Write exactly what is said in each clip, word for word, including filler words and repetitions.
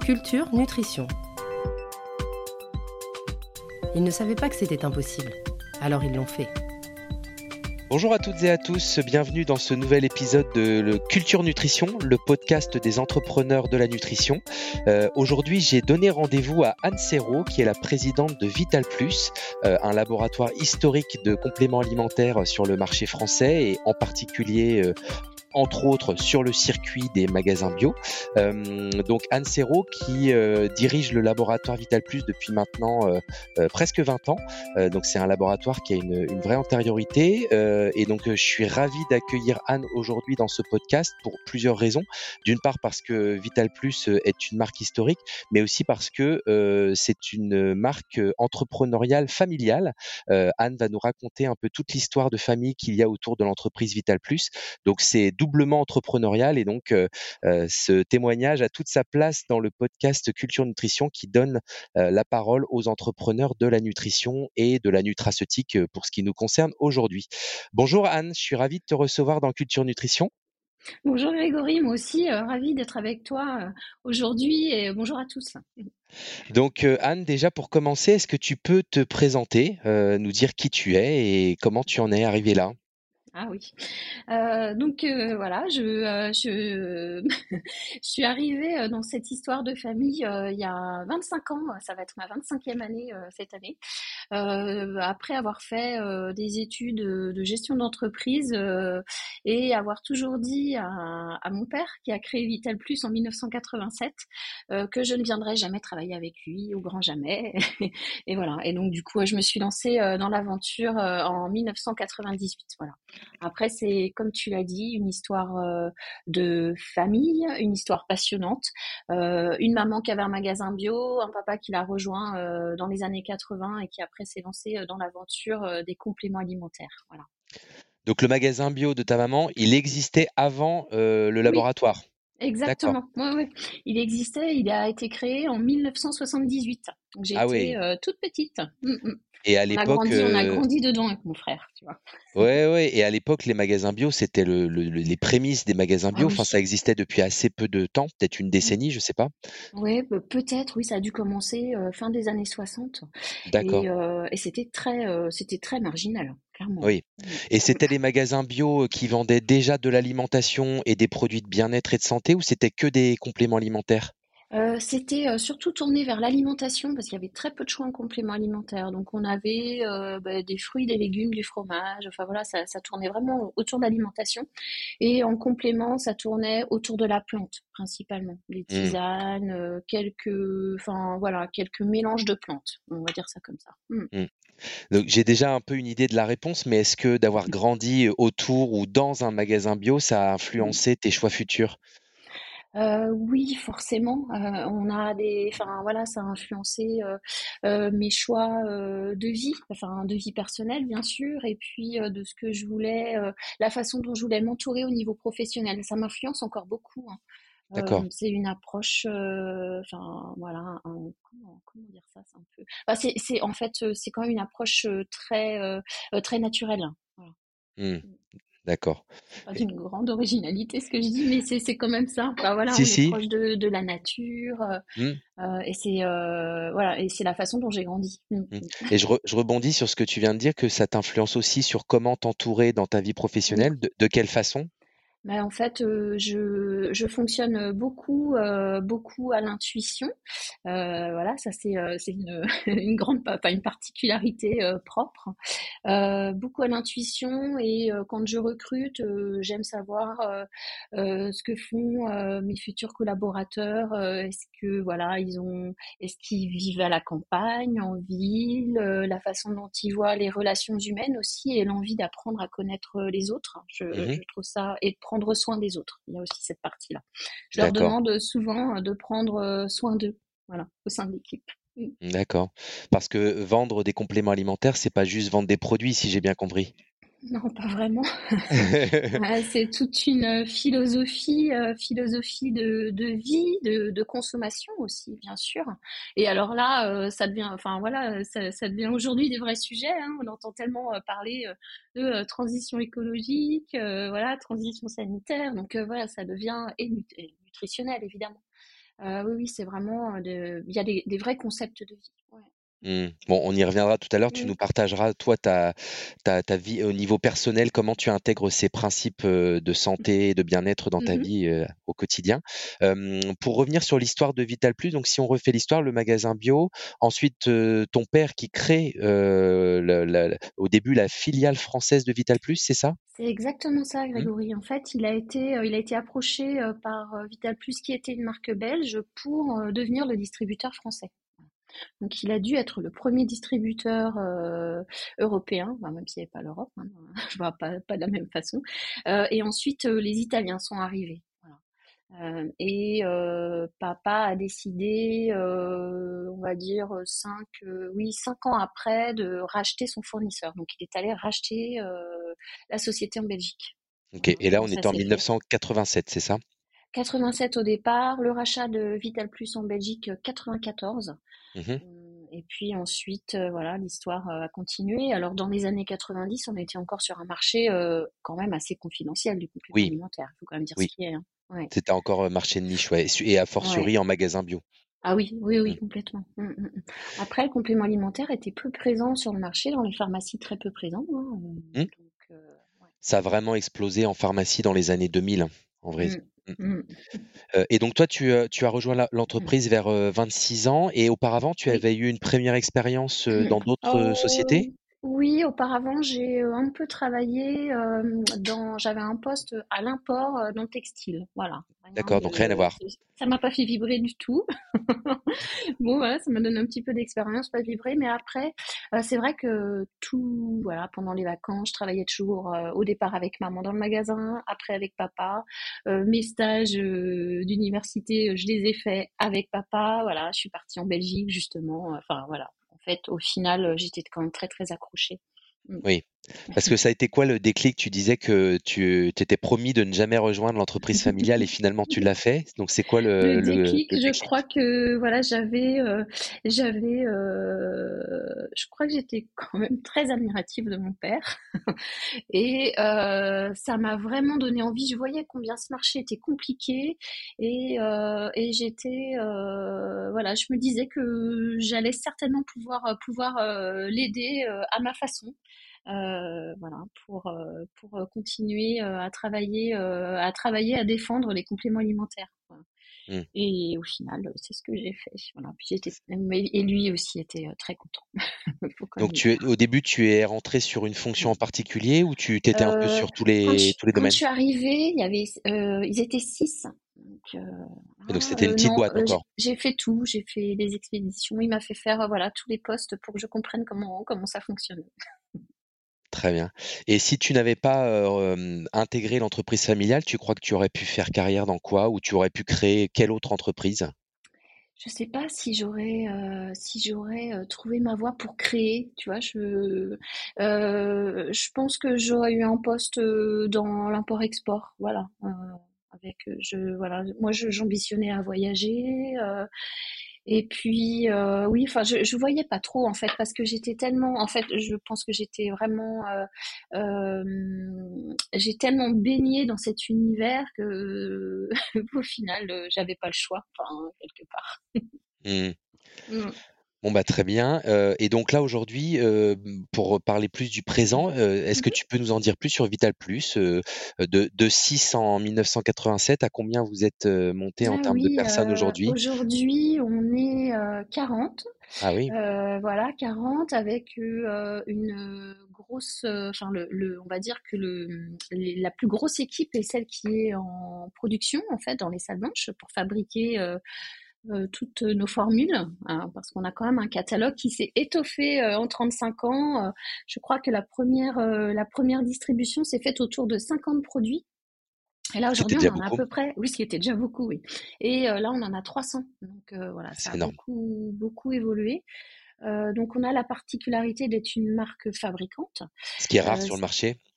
Culture Nutrition. Ils ne savaient pas que c'était impossible, alors ils l'ont fait. Bonjour à toutes et à tous, bienvenue dans ce nouvel épisode de le Culture Nutrition, le podcast des entrepreneurs de la nutrition. Euh, aujourd'hui, j'ai donné rendez-vous à Anne Serrault, qui est la présidente de Vital Plus, euh, un laboratoire historique de compléments alimentaires sur le marché français et en particulier euh, entre autres sur le circuit des magasins bio. Euh, donc Anne Serrault qui euh, dirige le laboratoire Vital Plus depuis maintenant euh, euh, presque vingt ans. Euh, donc c'est un laboratoire qui a une, une vraie antériorité euh, et donc euh, je suis ravi d'accueillir Anne aujourd'hui dans ce podcast pour plusieurs raisons. D'une part parce que Vital Plus est une marque historique, mais aussi parce que euh, c'est une marque entrepreneuriale familiale. Euh, Anne va nous raconter un peu toute l'histoire de famille qu'il y a autour de l'entreprise Vital Plus. Donc c'est doublement entrepreneurial et donc euh, euh, ce témoignage a toute sa place dans le podcast Culture Nutrition qui donne euh, la parole aux entrepreneurs de la nutrition et de la nutraceutique euh, pour ce qui nous concerne aujourd'hui. Bonjour Anne, je suis ravi de te recevoir dans Culture Nutrition. Bonjour Grégory, moi aussi euh, ravie d'être avec toi euh, aujourd'hui et bonjour à tous. Donc euh, Anne, déjà pour commencer, est-ce que tu peux te présenter, euh, nous dire qui tu es et comment tu en es arrivé là ? Ah oui. Euh, donc euh, voilà, je, euh, je, je suis arrivée euh, dans cette histoire de famille euh, il y a vingt-cinq ans. Ça va être ma vingt-cinquième année euh, cette année. Euh, après avoir fait euh, des études de gestion d'entreprise euh, et avoir toujours dit à, à mon père qui a créé Vital Plus en mille neuf cent quatre-vingt-sept euh, que je ne viendrais jamais travailler avec lui, au grand jamais. Et voilà. Et donc du coup, je me suis lancée euh, dans l'aventure euh, en mille neuf cent quatre-vingt-dix-huit. Voilà. Après, c'est, comme tu l'as dit, une histoire euh, de famille, une histoire passionnante. Euh, une maman qui avait un magasin bio, un papa qui l'a rejoint euh, dans les années quatre-vingts et qui après s'est lancé dans l'aventure euh, des compléments alimentaires. Voilà. Donc le magasin bio de ta maman, il existait avant euh, le Oui, laboratoire. D'accord. exactement. Ouais, ouais. Il existait, il a été créé en mille neuf cent soixante-dix-huit. Donc Ah j'étais oui. euh, toute petite. Mm, mm. Et à On a l'époque, grandi, on a euh, grandi dedans avec mon frère, tu vois. ouais, ouais. Et à l'époque, les magasins bio, c'était le, le- le- les prémices des magasins Ah bio. Enfin, ça oui. existait depuis assez peu de temps, peut-être une décennie, je sais pas. Oui, peut-être, oui, ça a dû commencer euh, fin des années soixante D'accord. et, euh, et c'était très, euh, c'était très marginal, hein, clairement. Oui. Mm, Et mm. c'était les magasins bio qui vendaient déjà de l'alimentation et des produits de bien-être et de santé, ou c'était que des compléments alimentaires? Euh, c'était euh, surtout tourné vers l'alimentation parce qu'il y avait très peu de choix en compléments alimentaires. Donc on avait euh, bah, des fruits, des légumes, du fromage. Enfin voilà, ça, ça tournait vraiment autour de l'alimentation. Et en complément, ça tournait autour de la plante principalement, des Hmm. tisanes, euh, quelques, enfin voilà, quelques mélanges de plantes. On va dire ça comme ça. Mm. Hmm. Donc j'ai déjà un peu une idée de la réponse, mais est-ce que d'avoir grandi autour ou dans un magasin bio, ça a Mm. influencé tes choix futurs? Heu, oui, forcément, heu, on a des enfin voilà, ça a influencé, heu heu, mes choix, heu, de vie, enfin de vie personnelle bien sûr et puis, heu, de ce que je voulais, heu, la façon dont je voulais m'entourer au niveau professionnel. Ça m'influence encore beaucoup, hein. D'accord. Hem, c'est une approche, heu, enfin voilà, un comment comment dire ça? C'est un peu bah, c'est c'est en fait, heu, c'est quand même une approche, heu, très, heu heu, très naturelle. Voilà. Hmm. Mmh. D'accord. C'est pas d'une grande originalité ce que je dis, mais c'est c'est quand même ça. Bah voilà, Si, on est si. proche de, de la nature euh, Hmm. euh, et c'est euh, voilà et c'est la façon dont j'ai grandi. Mm, Mmh. mm. Et je, re- je rebondis sur ce que tu viens de dire, que ça t'influence aussi sur comment t'entourer dans ta vie Oui. professionnelle. De, de quelle façon? Mais en fait, euh, je, je fonctionne beaucoup, euh, beaucoup à l'intuition. Euh, voilà, ça c'est euh, c'est une, une grande, pa- pas une particularité euh, propre. Euh, beaucoup à l'intuition et euh, quand je recrute, euh, j'aime savoir euh, euh, ce que font euh, mes futurs collaborateurs. Euh, est-ce que voilà, ils ont, est-ce qu'ils vivent à la campagne, en ville, euh, la façon dont ils voient les relations humaines aussi et l'envie d'apprendre à connaître les autres. Je, Mhm. je trouve ça et de prendre soin des autres. Il y a aussi cette partie-là. Je leur D'accord, demande souvent de prendre soin d'eux, voilà, au sein de l'équipe. Mm. d'accord. Parce que vendre des compléments alimentaires, c'est pas juste vendre des produits, si j'ai bien compris. Non, pas vraiment. Ah, c'est toute une philosophie, euh, philosophie de, de vie, de, de consommation aussi, bien sûr. Et alors là, euh, ça devient, enfin voilà, ça, ça devient aujourd'hui des vrais sujets. Hein. On entend tellement euh, parler euh, de euh, transition écologique, euh, voilà, transition sanitaire. Donc euh, voilà, ça devient et, nut- et nutritionnel évidemment. Euh, oui, oui, c'est vraiment, euh, de- il y a des, des vrais concepts de vie. Ouais. Mmh. Bon, on y reviendra tout à l'heure. Tu Mm. nous partageras, toi, ta, ta, ta vie au niveau personnel, comment tu intègres ces principes euh, de santé et de bien-être dans ta Mhm. vie euh, au quotidien. Euh, pour revenir sur l'histoire de Vital Plus, donc si on refait l'histoire, le magasin bio, ensuite euh, ton père qui crée euh, la- la- au début la filiale française de Vital Plus, c'est ça? C'est exactement ça, Mmh. Grégory. En fait, il a été, euh, il a été approché euh, par euh, Vital Plus, qui était une marque belge, pour euh, devenir le distributeur français. Donc, il a dû être le premier distributeur euh, européen, enfin, même s'il n'y avait pas l'Europe, hein, je vois pas, pas de la même façon. Euh, et ensuite, euh, les Italiens sont arrivés. Voilà. Euh, et euh, papa a décidé, euh, on va dire cinq, euh, oui, cinq ans après, de racheter son fournisseur. Donc, il est allé racheter euh, la société en Belgique. Ok. Voilà Et là, comment on ça est en s'est fait. mille neuf cent quatre-vingt-sept, c'est ça? quatre-vingt-sept au départ, le rachat de Vital Plus en Belgique euh, quatre-vingt-quatorze. Mhm. Hum, Et puis ensuite, euh, voilà, l'histoire euh, a continué. Alors dans les années quatre-vingt-dix, on était encore sur un marché euh, quand même assez confidentiel du complément Oui, alimentaire. Il faut quand même dire ce oui. qui est, hein. Ouais, C'était encore euh, marché de niche, ouais. Et su- et a ouais. fortiori en magasin bio. Ah oui, oui, Mmh. oui, complètement. Hum, hum, hum. Après, le complément alimentaire était peu présent sur le marché, dans les pharmacies très peu présent, hein, euh, Mmh. donc, euh, ouais. Ça a vraiment explosé en pharmacie dans les années deux mille, hein, en vrai. Hum, Mmh. hum, Heu et donc toi, tu, heu, tu as rejoint la hum. l'entreprise vers, heu, vingt-six ans et auparavant, tu Oui. avais eu une première expérience, heu, dans d'autres, heu, sociétés? Oh, oui, auparavant, j'ai euh, un peu travaillé euh, dans, j'avais un poste à l'import euh, dans le textile. Voilà. Rien D'accord, donc rien à de, voir. ça m'a pas fait vibrer du tout. Bon, voilà, ça m'a donné un petit peu d'expérience, pas vibrer, mais après, euh, c'est vrai que tout, voilà, pendant les vacances, je travaillais toujours euh, au départ avec maman dans le magasin, après avec papa. Euh, mes stages euh, d'université, euh, je les ai faits avec papa. Voilà, je suis partie en Belgique justement. Enfin voilà, en fait, au final, euh, j'étais quand même très très accrochée. Mm. Oui, parce que ça a été quoi le déclic? Tu disais que tu t'étais promis de ne jamais rejoindre l'entreprise familiale et finalement tu l'as fait. Donc c'est quoi Le le le déclic, le je crois déclic? que voilà, j'avais, euh, j'avais, euh, je crois que j'étais quand même très admirative de mon père et euh, ça m'a vraiment donné envie. Je voyais combien ce marché était compliqué et euh, et j'étais, euh, voilà, je me disais que j'allais certainement pouvoir pouvoir euh, l'aider euh, à ma façon. Euh, voilà, pour, euh, pour euh, continuer euh, à travailler, euh, à travailler, à défendre les compléments alimentaires. Voilà. Mmh. Et au final, euh, c'est ce que j'ai fait. Voilà. Puis j'étais, et lui aussi était euh, très content. Il faut quand Donc même le tu es dire. au début, tu es rentré sur une fonction en particulier ou tu t'étais un peu Euh, sur tous quand je, les tous les quand je domaines? suis arrivée, il y avait, euh, ils étaient six. Donc, euh, Et donc voilà. c'était une Euh, petite non, boîte euh, j'ai encore? j'ai fait tout. J'ai fait des expéditions. Il m'a fait faire euh, voilà tous les postes pour que je comprenne comment comment ça fonctionnait. Très bien. Et si tu n'avais pas, heu, hem, intégré l'entreprise familiale, tu crois que tu aurais pu faire carrière dans quoi? Ou tu aurais pu créer quelle autre entreprise? Je sais pas si j'aurais euh, si j'aurais euh, trouvé ma voie pour créer, tu vois, je euh, je pense que j'aurais eu un poste euh, dans l'import-export, voilà. Euh, avec euh, je voilà, moi je j'ambitionnais à voyager euh, et puis euh, oui, enfin je je voyais pas trop en fait parce que j'étais tellement en fait, je pense que j'étais vraiment euh, euh, j'ai tellement baigné dans cet univers que au final euh, j'avais pas le choix, enfin quelque part. Mmh. Mm. Bon, bah, très bien, heu et donc là, aujourd'hui, heu, pour parler plus du présent, heu, est-ce que Mhm. tu peux nous en dire plus sur Vital Plus? Heu, de de six en mille neuf cent quatre-vingt-sept, à combien vous êtes, heu, montés en Ah termes de oui, personnes euh, aujourd'hui? aujourd'hui on est euh, quarante, Ah oui, euh, voilà, quarante avec euh, une euh, grosse, euh, enfin le, le- on va dire que le, les- la plus grosse équipe est celle qui est en production en fait dans les salles blanches pour fabriquer euh, euh, toutes nos formules, hein, parce qu'on a quand même un catalogue qui s'est étoffé euh, en trente-cinq ans. Euh, je crois que la première, euh, la première distribution s'est faite autour de cinquante produits. Et là, ce qui était aujourd'hui, on déjà en a à beaucoup. peu près, oui, ce qui était déjà beaucoup, oui. Et euh, là, on en a trois cents. Donc euh, voilà, ça C'est a énorme. beaucoup, beaucoup évolué. Euh, donc on a la particularité d'être une marque fabriquante. Ce qui est rare Euh, sur le marché.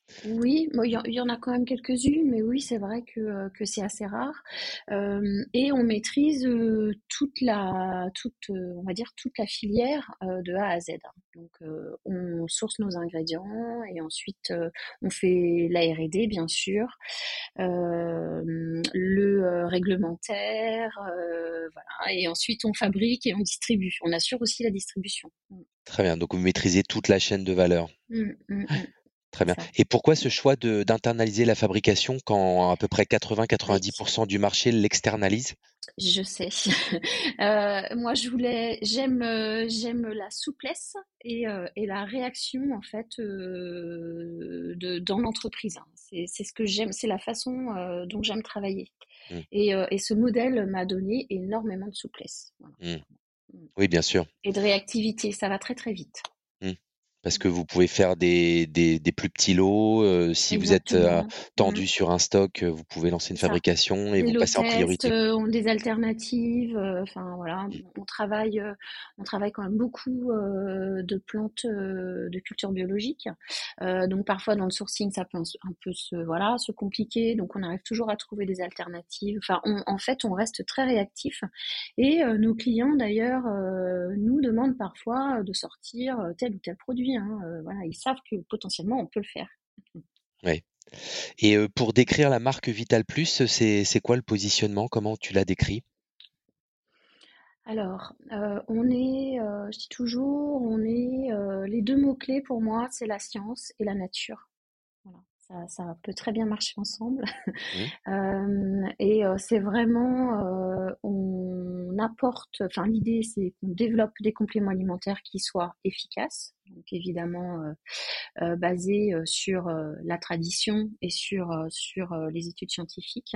Oui, moi, il y, en il y en a quand même quelques-unes, mais oui, c'est vrai que, euh, que c'est assez rare. Euh, et on maîtrise euh, toute la, toute, euh, on va dire toute la filière euh, de A à Z, hein. Donc, euh, on source nos ingrédients et ensuite euh, on fait la R et D, bien sûr, euh, le euh, réglementaire, euh, voilà, et ensuite on fabrique et on distribue. On assure aussi la distribution. Très bien, donc vous maîtrisez toute la chaîne de valeur. Mm, mm, mm, Très c'est bien. ça. Et pourquoi ce choix de d'internaliser la fabrication quand à peu près Oui. quatre-vingts-quatre-vingt-dix du marché l'externalise? Je sais. Euh, moi, je voulais, j'aime, euh, j'aime la souplesse et, euh, et la réaction en fait euh, de, dans l'entreprise, hein. C'est, c'est ce que j'aime, c'est la façon euh, dont j'aime travailler. Mmh, Et, euh, et ce modèle m'a donné énormément de souplesse, voilà. mmh. Oui, bien sûr. Et de réactivité. Ça va très très vite. Mmh. Parce que vous pouvez faire des des des plus petits lots, heu, si vous êtes, heu, Exactement. Mm. tendu sur un stock, heu, vous pouvez lancer une C'est ça. fabrication et Des vous lots passez en tests, priorité. euh, ont des alternatives. euh, Enfin voilà, Mmh, on travaille, euh, on travaille quand même beaucoup euh, de plantes euh, de culture biologique. Euh, donc parfois dans le sourcing, ça peut un, un peu se voilà se compliquer. Donc on arrive toujours à trouver des alternatives. Enfin, on- en fait, on reste très réactif. Et euh, nos clients d'ailleurs euh, nous demandent parfois de sortir euh, tel ou tel produit, hein. Euh, voilà, ils savent que potentiellement on peut le faire. ouais. Et heu, pour décrire la marque Vital Plus, c'est c'est quoi le positionnement? Comment tu l'as décrit? Alors, euh, on est, euh, je dis toujours, on est, euh, les deux mots-clés pour moi, c'est la science et la nature. Voilà, ça, ça peut très bien marcher ensemble. Mmh, Euh, et euh, c'est vraiment, euh, on apporte, enfin l'idée c'est qu'on développe des compléments alimentaires qui soient efficaces, donc évidemment euh, euh, basés euh, sur euh, la tradition et sur, euh, sur euh, les études scientifiques.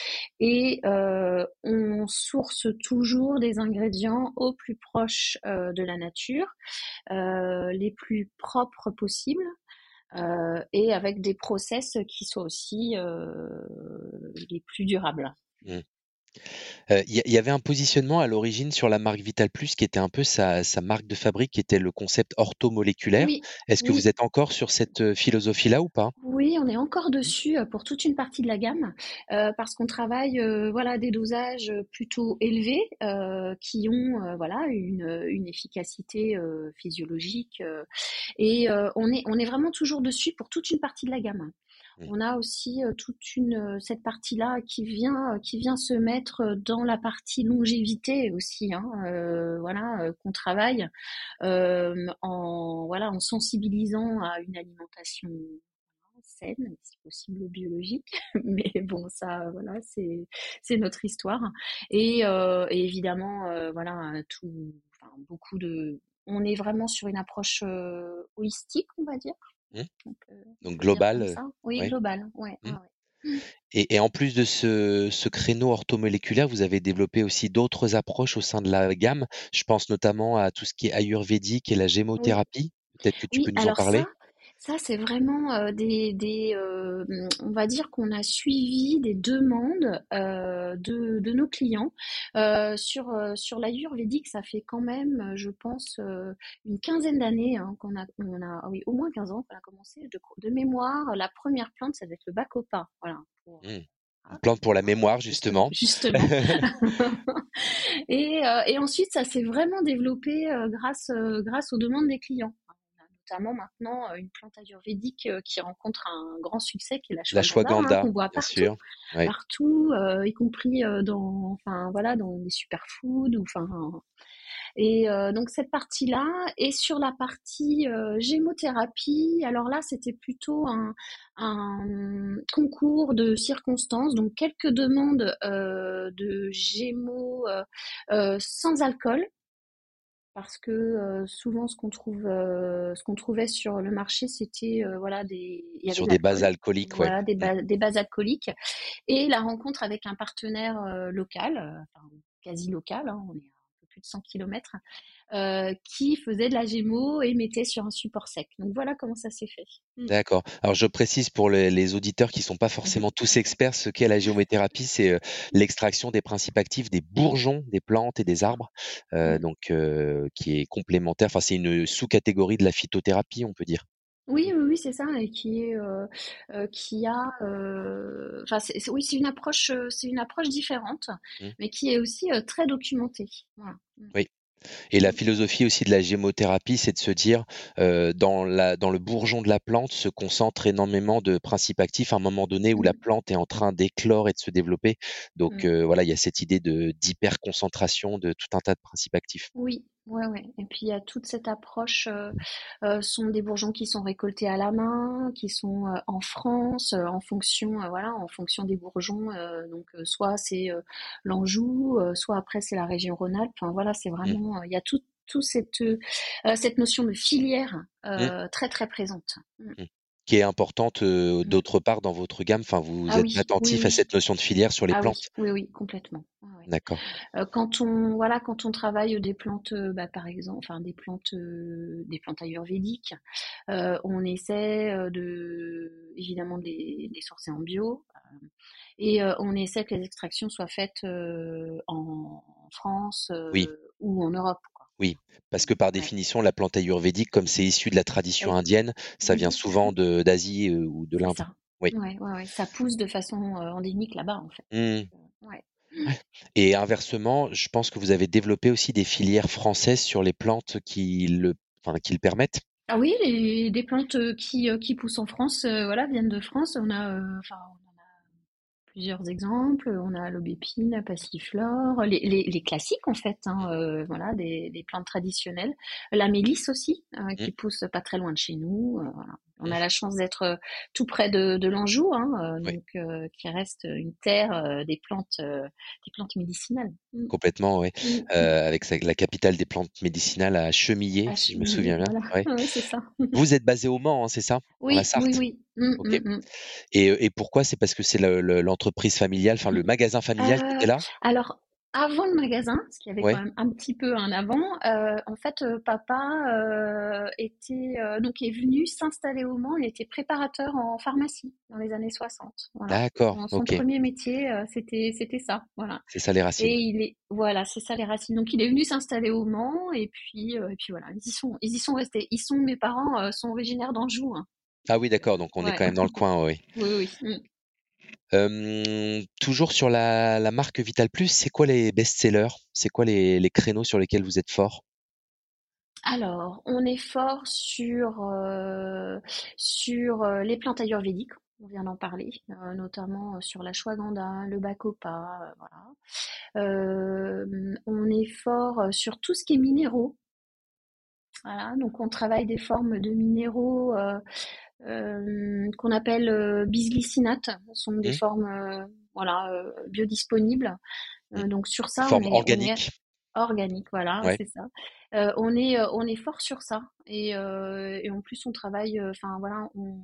Et euh, on source toujours des ingrédients au plus proche euh, de la nature, euh, les plus propres possibles. Euh, et avec des process qui soient aussi euh, les plus durables. mmh. Heu, il y a il y avait un positionnement à l'origine sur la marque Vital Plus qui était un peu sa sa marque de fabrique, qui était le concept orthomoléculaire. Oui, Est-ce que vous oui, êtes encore sur cette, heu, philosophie-là ou pas? oui, on est encore dessus euh, pour toute une partie de la gamme, euh, parce qu'on travaille euh, voilà, des dosages plutôt élevés euh, qui ont euh, voilà, une, une efficacité euh, physiologique euh, et euh, on est, on est vraiment toujours dessus pour toute une partie de la gamme. Mmh, On a aussi euh, toute une euh, cette partie-là qui vient euh, qui vient se mettre dans la partie longévité aussi, hein, euh, voilà, euh, qu'on travaille euh, en voilà en sensibilisant à une alimentation saine, si possible biologique, mais bon ça voilà c'est c'est notre histoire et, euh, et évidemment euh, voilà tout enfin, beaucoup de on est vraiment sur une approche euh, holistique on va dire mmh. donc euh, on Donc peut le dire global, comme heu, ça oui ouais. global ouais, ouais, Mmh. ouais. Et et en plus de ce ce créneau orthomoléculaire, vous avez développé aussi d'autres approches au sein de la gamme? Je pense notamment à tout ce qui est ayurvédique et la Oui. gémothérapie. Peut-être que tu peux Oui, nous en alors parler? ça, ça c'est vraiment euh, des, des euh, on va dire qu'on a suivi des demandes euh, de, de nos clients euh, sur euh, sur l'ayurvédique. Ça fait quand même, euh, je pense, euh, une quinzaine d'années hein, qu'on a, on a, ah oui, au moins quinze ans qu'on a commencé. De, de mémoire, la première plante, ça va être le bacopa, voilà. Pour, Mmh. Une ah, plante pour la mémoire justement, justement. justement. Et, euh, et ensuite, ça s'est vraiment développé euh, grâce, euh, grâce aux demandes des clients. On a notamment maintenant euh, une plante ayurvédique euh, qui rencontre un grand succès, qui est l'ashwagandha, hein, L'ashwagandha, qu'on voit bien partout, sûr. Ouais. partout, euh, y compris euh, dans, enfin voilà, dans des superfoods, ou enfin. Et euh, donc cette partie-là, et sur la partie euh, gémothérapie, alors là c'était plutôt un, un concours de circonstances, donc quelques demandes euh, de gémo euh, euh, sans alcool, parce que euh, souvent ce qu'on trouve, euh, ce qu'on trouvait sur le marché, c'était euh, voilà des, il y avait Sur de des bases l'alcool, alcooliques, ouais. voilà des, Mmh. ba- des bases alcooliques, et la rencontre avec un partenaire euh, local, euh, enfin, quasi local, hein, on est à un peu plus de cent kilomètres, euh, qui faisait de la gémo et mettait sur un support sec. Donc voilà comment ça s'est fait. Mm. D'accord. Alors je précise pour les les auditeurs qui sont pas Mhm. forcément tous experts, ce qu'est la géométhérapie, c'est, heu, l'extraction des principes actifs des bourgeons des plantes et C'est des ça. arbres, heu, Mm. donc heu, qui est complémentaire, enfin c'est une sous-catégorie de la phytothérapie, on peut dire. Oui, oui, oui, c'est ça, et qui est, heu heu, qui a, heu, enfin, c'est c'est oui, c'est une approche, heu, c'est une approche différente, Mmh. mais qui est aussi, heu, très documentée. Voilà. Mmh. Oui. Et la Mmh. philosophie aussi de la gémothérapie, c'est de se dire, heu, dans la dans le bourgeon de la plante se concentre énormément de principes actifs à un moment donné où la Mmh. plante est en train d'éclore et de se développer. Donc, Mmh. heu, voilà, il y a cette idée de d'hyperconcentration de tout un tas de principes actifs. Oui, ouais, ouais. Et puis il y a toute cette approche, euh, euh, sont des bourgeons qui sont récoltés à la main, qui sont euh, en France, euh, en fonction, euh, voilà, en fonction des bourgeons. Euh, donc euh, soit c'est euh, l'Anjou, euh, soit après c'est la région Rhône-Alpes. Enfin voilà, c'est Mmh, vraiment, euh, il y a tout, tout cette, euh, cette notion de filière mmh, euh, très très présente. Mm, mmh. Qui est importante, heu, mm. d'autre part dans votre gamme, enfin vous Ah êtes oui, oui, attentif à oui. cette notion de filière sur les Ah oui, plantes? oui, oui, complètement. Ouais, ouais. D'accord. Euh, quand on voilà, quand on travaille des plantes, euh, bah, par exemple, enfin des plantes, euh, des plantes ayurvédiques, euh, on essaie euh, de évidemment de les, de les sourcer en bio, euh, et euh, on essaie que les extractions soient faites euh, en France Oui, euh, ou en Europe, quoi. oui, parce que par Ouais. définition, la plante ayurvédique, comme c'est issu de la tradition Et- indienne, ça vient oui, souvent de d'Asie, heu, ou de c'est l'Inde. ça. Oui. Ouais, ouais, ouais. Ça pousse de façon euh, endémique là-bas, en fait. Donc, Mmh. euh, ouais. Ouais, et inversement, je pense que vous avez développé aussi des filières françaises sur les plantes qui le enfin, qui le permettent? Ah oui, les, des plantes euh, qui, euh, qui poussent en France, euh, voilà, viennent de France. On a, euh, enfin, plusieurs exemples. On a l'aubépine, la passiflore, les, les, les classiques en fait, hein, Mmh, euh, voilà, des, des plantes traditionnelles. La mélisse aussi, euh, mmh, qui pousse pas très loin de chez nous. Euh, voilà. On a mmh, la chance d'être euh, tout près de, de l'Anjou, hein, euh, oui, donc euh, qui reste une terre euh, des plantes, euh, des plantes médicinales. Mm, complètement, oui, mm, heu, mm. avec sa la capitale des plantes médicinales à Chemillé, À si je me Chemillé, souviens bien. voilà. Ouais. Oui, c'est ça. Vous êtes basé au Mans, hein, c'est ça? Dans la Oui, oui, Sarthe? oui. Mm, OK, mm, mm. et heu et pourquoi? C'est parce que c'est le le l'entreprise familiale, enfin le magasin familial qui était Heu, là? alors, avant le magasin, parce qu'il y avait quand Ouais, même un petit peu un avant, heu, en fait, heu, papa, heu, était, heu, donc est venu s'installer au Mans. Il était préparateur en pharmacie dans les années soixante. Voilà. d'accord, Son son OK, premier métier, heu, c'était c'était ça, voilà. c'est ça les Et racines. il est voilà, c'est ça les racines. Donc il est venu s'installer au Mans et puis, heu et puis voilà, ils y sont ils y sont restés. Ils sont mes parents, heu, sont originaires d'Anjou, hein. Ah oui, d'accord, Heu, donc on est ouais. quand même dans le coin, oui. Oui, oui. Mmh. Hem, toujours sur la la marque Vital Plus, c'est quoi les best-sellers? C'est quoi les les créneaux sur lesquels vous êtes fort? Alors, on est fort sur, heu, sur, heu, les plantes ayurvédiques, on vient d'en parler, heu, notamment, heu, sur l'ashwagandha, le bacopa, heu, voilà. Hem, on est fort, heu, sur tout ce qui est minéraux, voilà, donc on travaille des formes de minéraux, heu, hem, qu'on appelle, heu, bisglycinates. Ce sont des Mmh, formes, heu, voilà, heu, biodisponibles. mmh. Heu, donc sur Des ça, on formes est on est organiques? organique, voilà, Ouais, c'est ça. Heu, on est, heu, on est fort sur ça et heu et en plus on travaille, heu, enfin voilà, on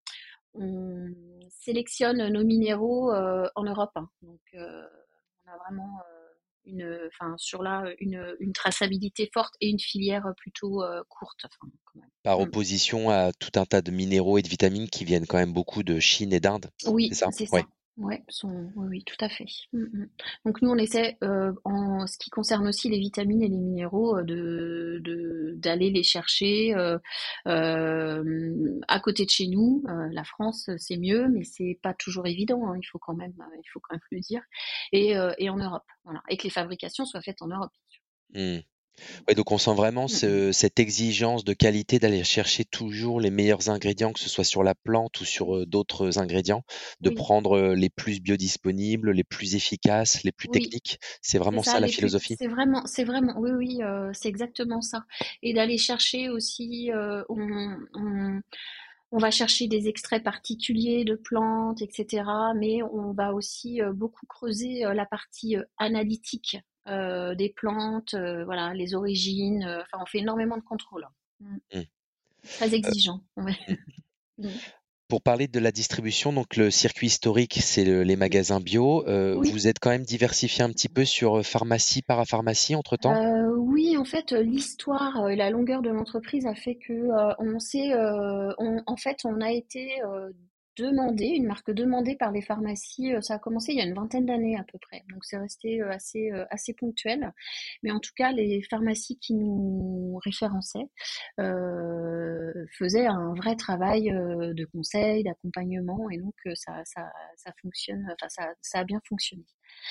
on sélectionne nos minéraux, heu, en Europe, hein. Donc heu, on a vraiment, heu, une, enfin sur là, une, une traçabilité forte et une filière plutôt, heu, courte, enfin quand par même. Mmh. opposition à tout un tas de minéraux et de vitamines qui viennent quand même beaucoup de Chine et d'Inde, c'est Oui, ça? c'est Ouais. ça. Ouais, sont, oui, oui, tout à fait. Mm, mm. Donc nous, on essaie, euh, en ce qui concerne aussi les vitamines et les minéraux, euh, de, de- d'aller les chercher euh, euh, à côté de chez nous. Euh, la France, c'est mieux, mais c'est pas toujours évident, hein, il faut quand même, euh, il faut quand même le dire. Et, euh, et en Europe, voilà. Et que les fabrications soient faites en Europe. Mmh. Ouais, donc on sent vraiment Mm, mm. ce cette exigence de qualité d'aller chercher toujours les meilleurs ingrédients, que ce soit sur la plante ou sur, heu, d'autres ingrédients, de Oui, prendre, heu, les plus biodisponibles, les plus efficaces, les plus oui. techniques. C'est C'est vraiment ça, ça la les plus, philosophie? c'est vraiment, c'est vraiment, oui, oui, euh, c'est exactement ça. Et d'aller chercher aussi, euh, on, on, on va chercher des extraits particuliers de plantes, et cetera. Mais on va aussi euh, beaucoup creuser euh, la partie euh, analytique euh, des plantes, euh, voilà, les origines. euh, Enfin, on fait énormément de contrôles. Mm. Mmh. Très Heu, exigeant. Ouais. mmh. Mm. Pour parler de la distribution, donc le circuit historique, c'est le les Oui. magasins bio. Heu, Oui. vous êtes quand même diversifié un petit peu sur, heu, pharmacie, parapharmacie entre-temps? Euh, oui, en fait, euh, l'histoire euh, et la longueur de l'entreprise a fait que euh, on s'est, euh, on- en fait, on a été euh, demandée, une marque demandée par les pharmacies. euh, Ça a commencé il y a une vingtaine d'années à peu près, donc c'est resté euh, assez, euh, assez ponctuel. Mais en tout cas, les pharmacies qui nous référençaient euh, faisaient un vrai travail euh, de conseil, d'accompagnement, et donc euh, ça, ça, ça fonctionne, enfin ça, ça a bien fonctionné.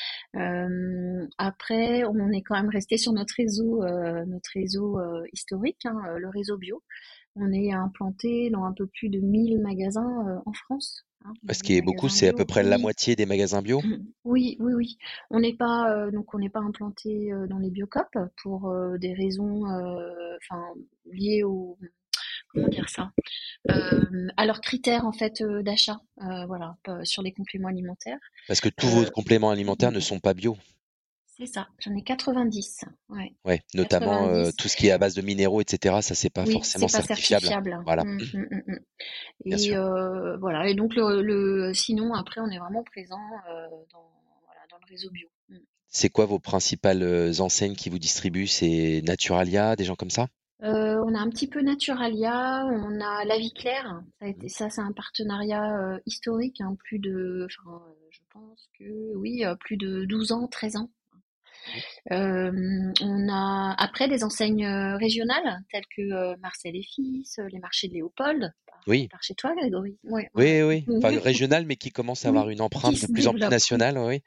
Euh, après, on est quand même resté sur notre réseau, euh, notre réseau euh, historique, hein, euh, le réseau bio. On est implanté dans un peu plus de mille magasins euh, en France, hein, Ce mille qui est beaucoup, magasins c'est à peu bio. près la Oui, moitié des magasins bio. oui, oui, oui. On n'est pas euh, donc on n'est pas implanté euh, dans les biocoop pour euh, des raisons, euh, enfin liées au comment dire ça, euh, à leurs critères en fait euh, d'achat, euh, voilà, euh, sur les compléments alimentaires. Parce que tous vos Euh, compléments alimentaires ne sont pas bio. c'est ça. J'en ai quatre-vingt-dix. Ouais. Ouais, notamment euh, quatre-vingt-dix. tout ce qui est à base de minéraux, et cetera. Ça, c'est pas Oui, forcément c'est pas certifiable. certifiable. Voilà, Mm, mm, mm, mm. bien Et sûr. euh, voilà. Et donc le, le sinon après on est vraiment présent euh, dans voilà, dans le réseau bio. Mm. C'est quoi vos principales euh, enseignes qui vous distribuent? C'est Naturalia, des gens comme ça? Euh, on a un petit peu Naturalia, on a La Vie Claire. Ça, a été, ça c'est un partenariat euh, historique, hein, plus de, enfin, euh, je pense que oui, euh, plus de douze ans, treize ans. Euh, on a après des enseignes euh, régionales telles que euh, Marcel et Fils, euh, les marchés de Léopold, par, Oui, par chez toi, Grégory. Ouais, ouais, oui, ouais. oui. Enfin, régional, mais qui commence à avoir Oui, une qui empreinte de se plus en plus développe. Oui. nationale, oui.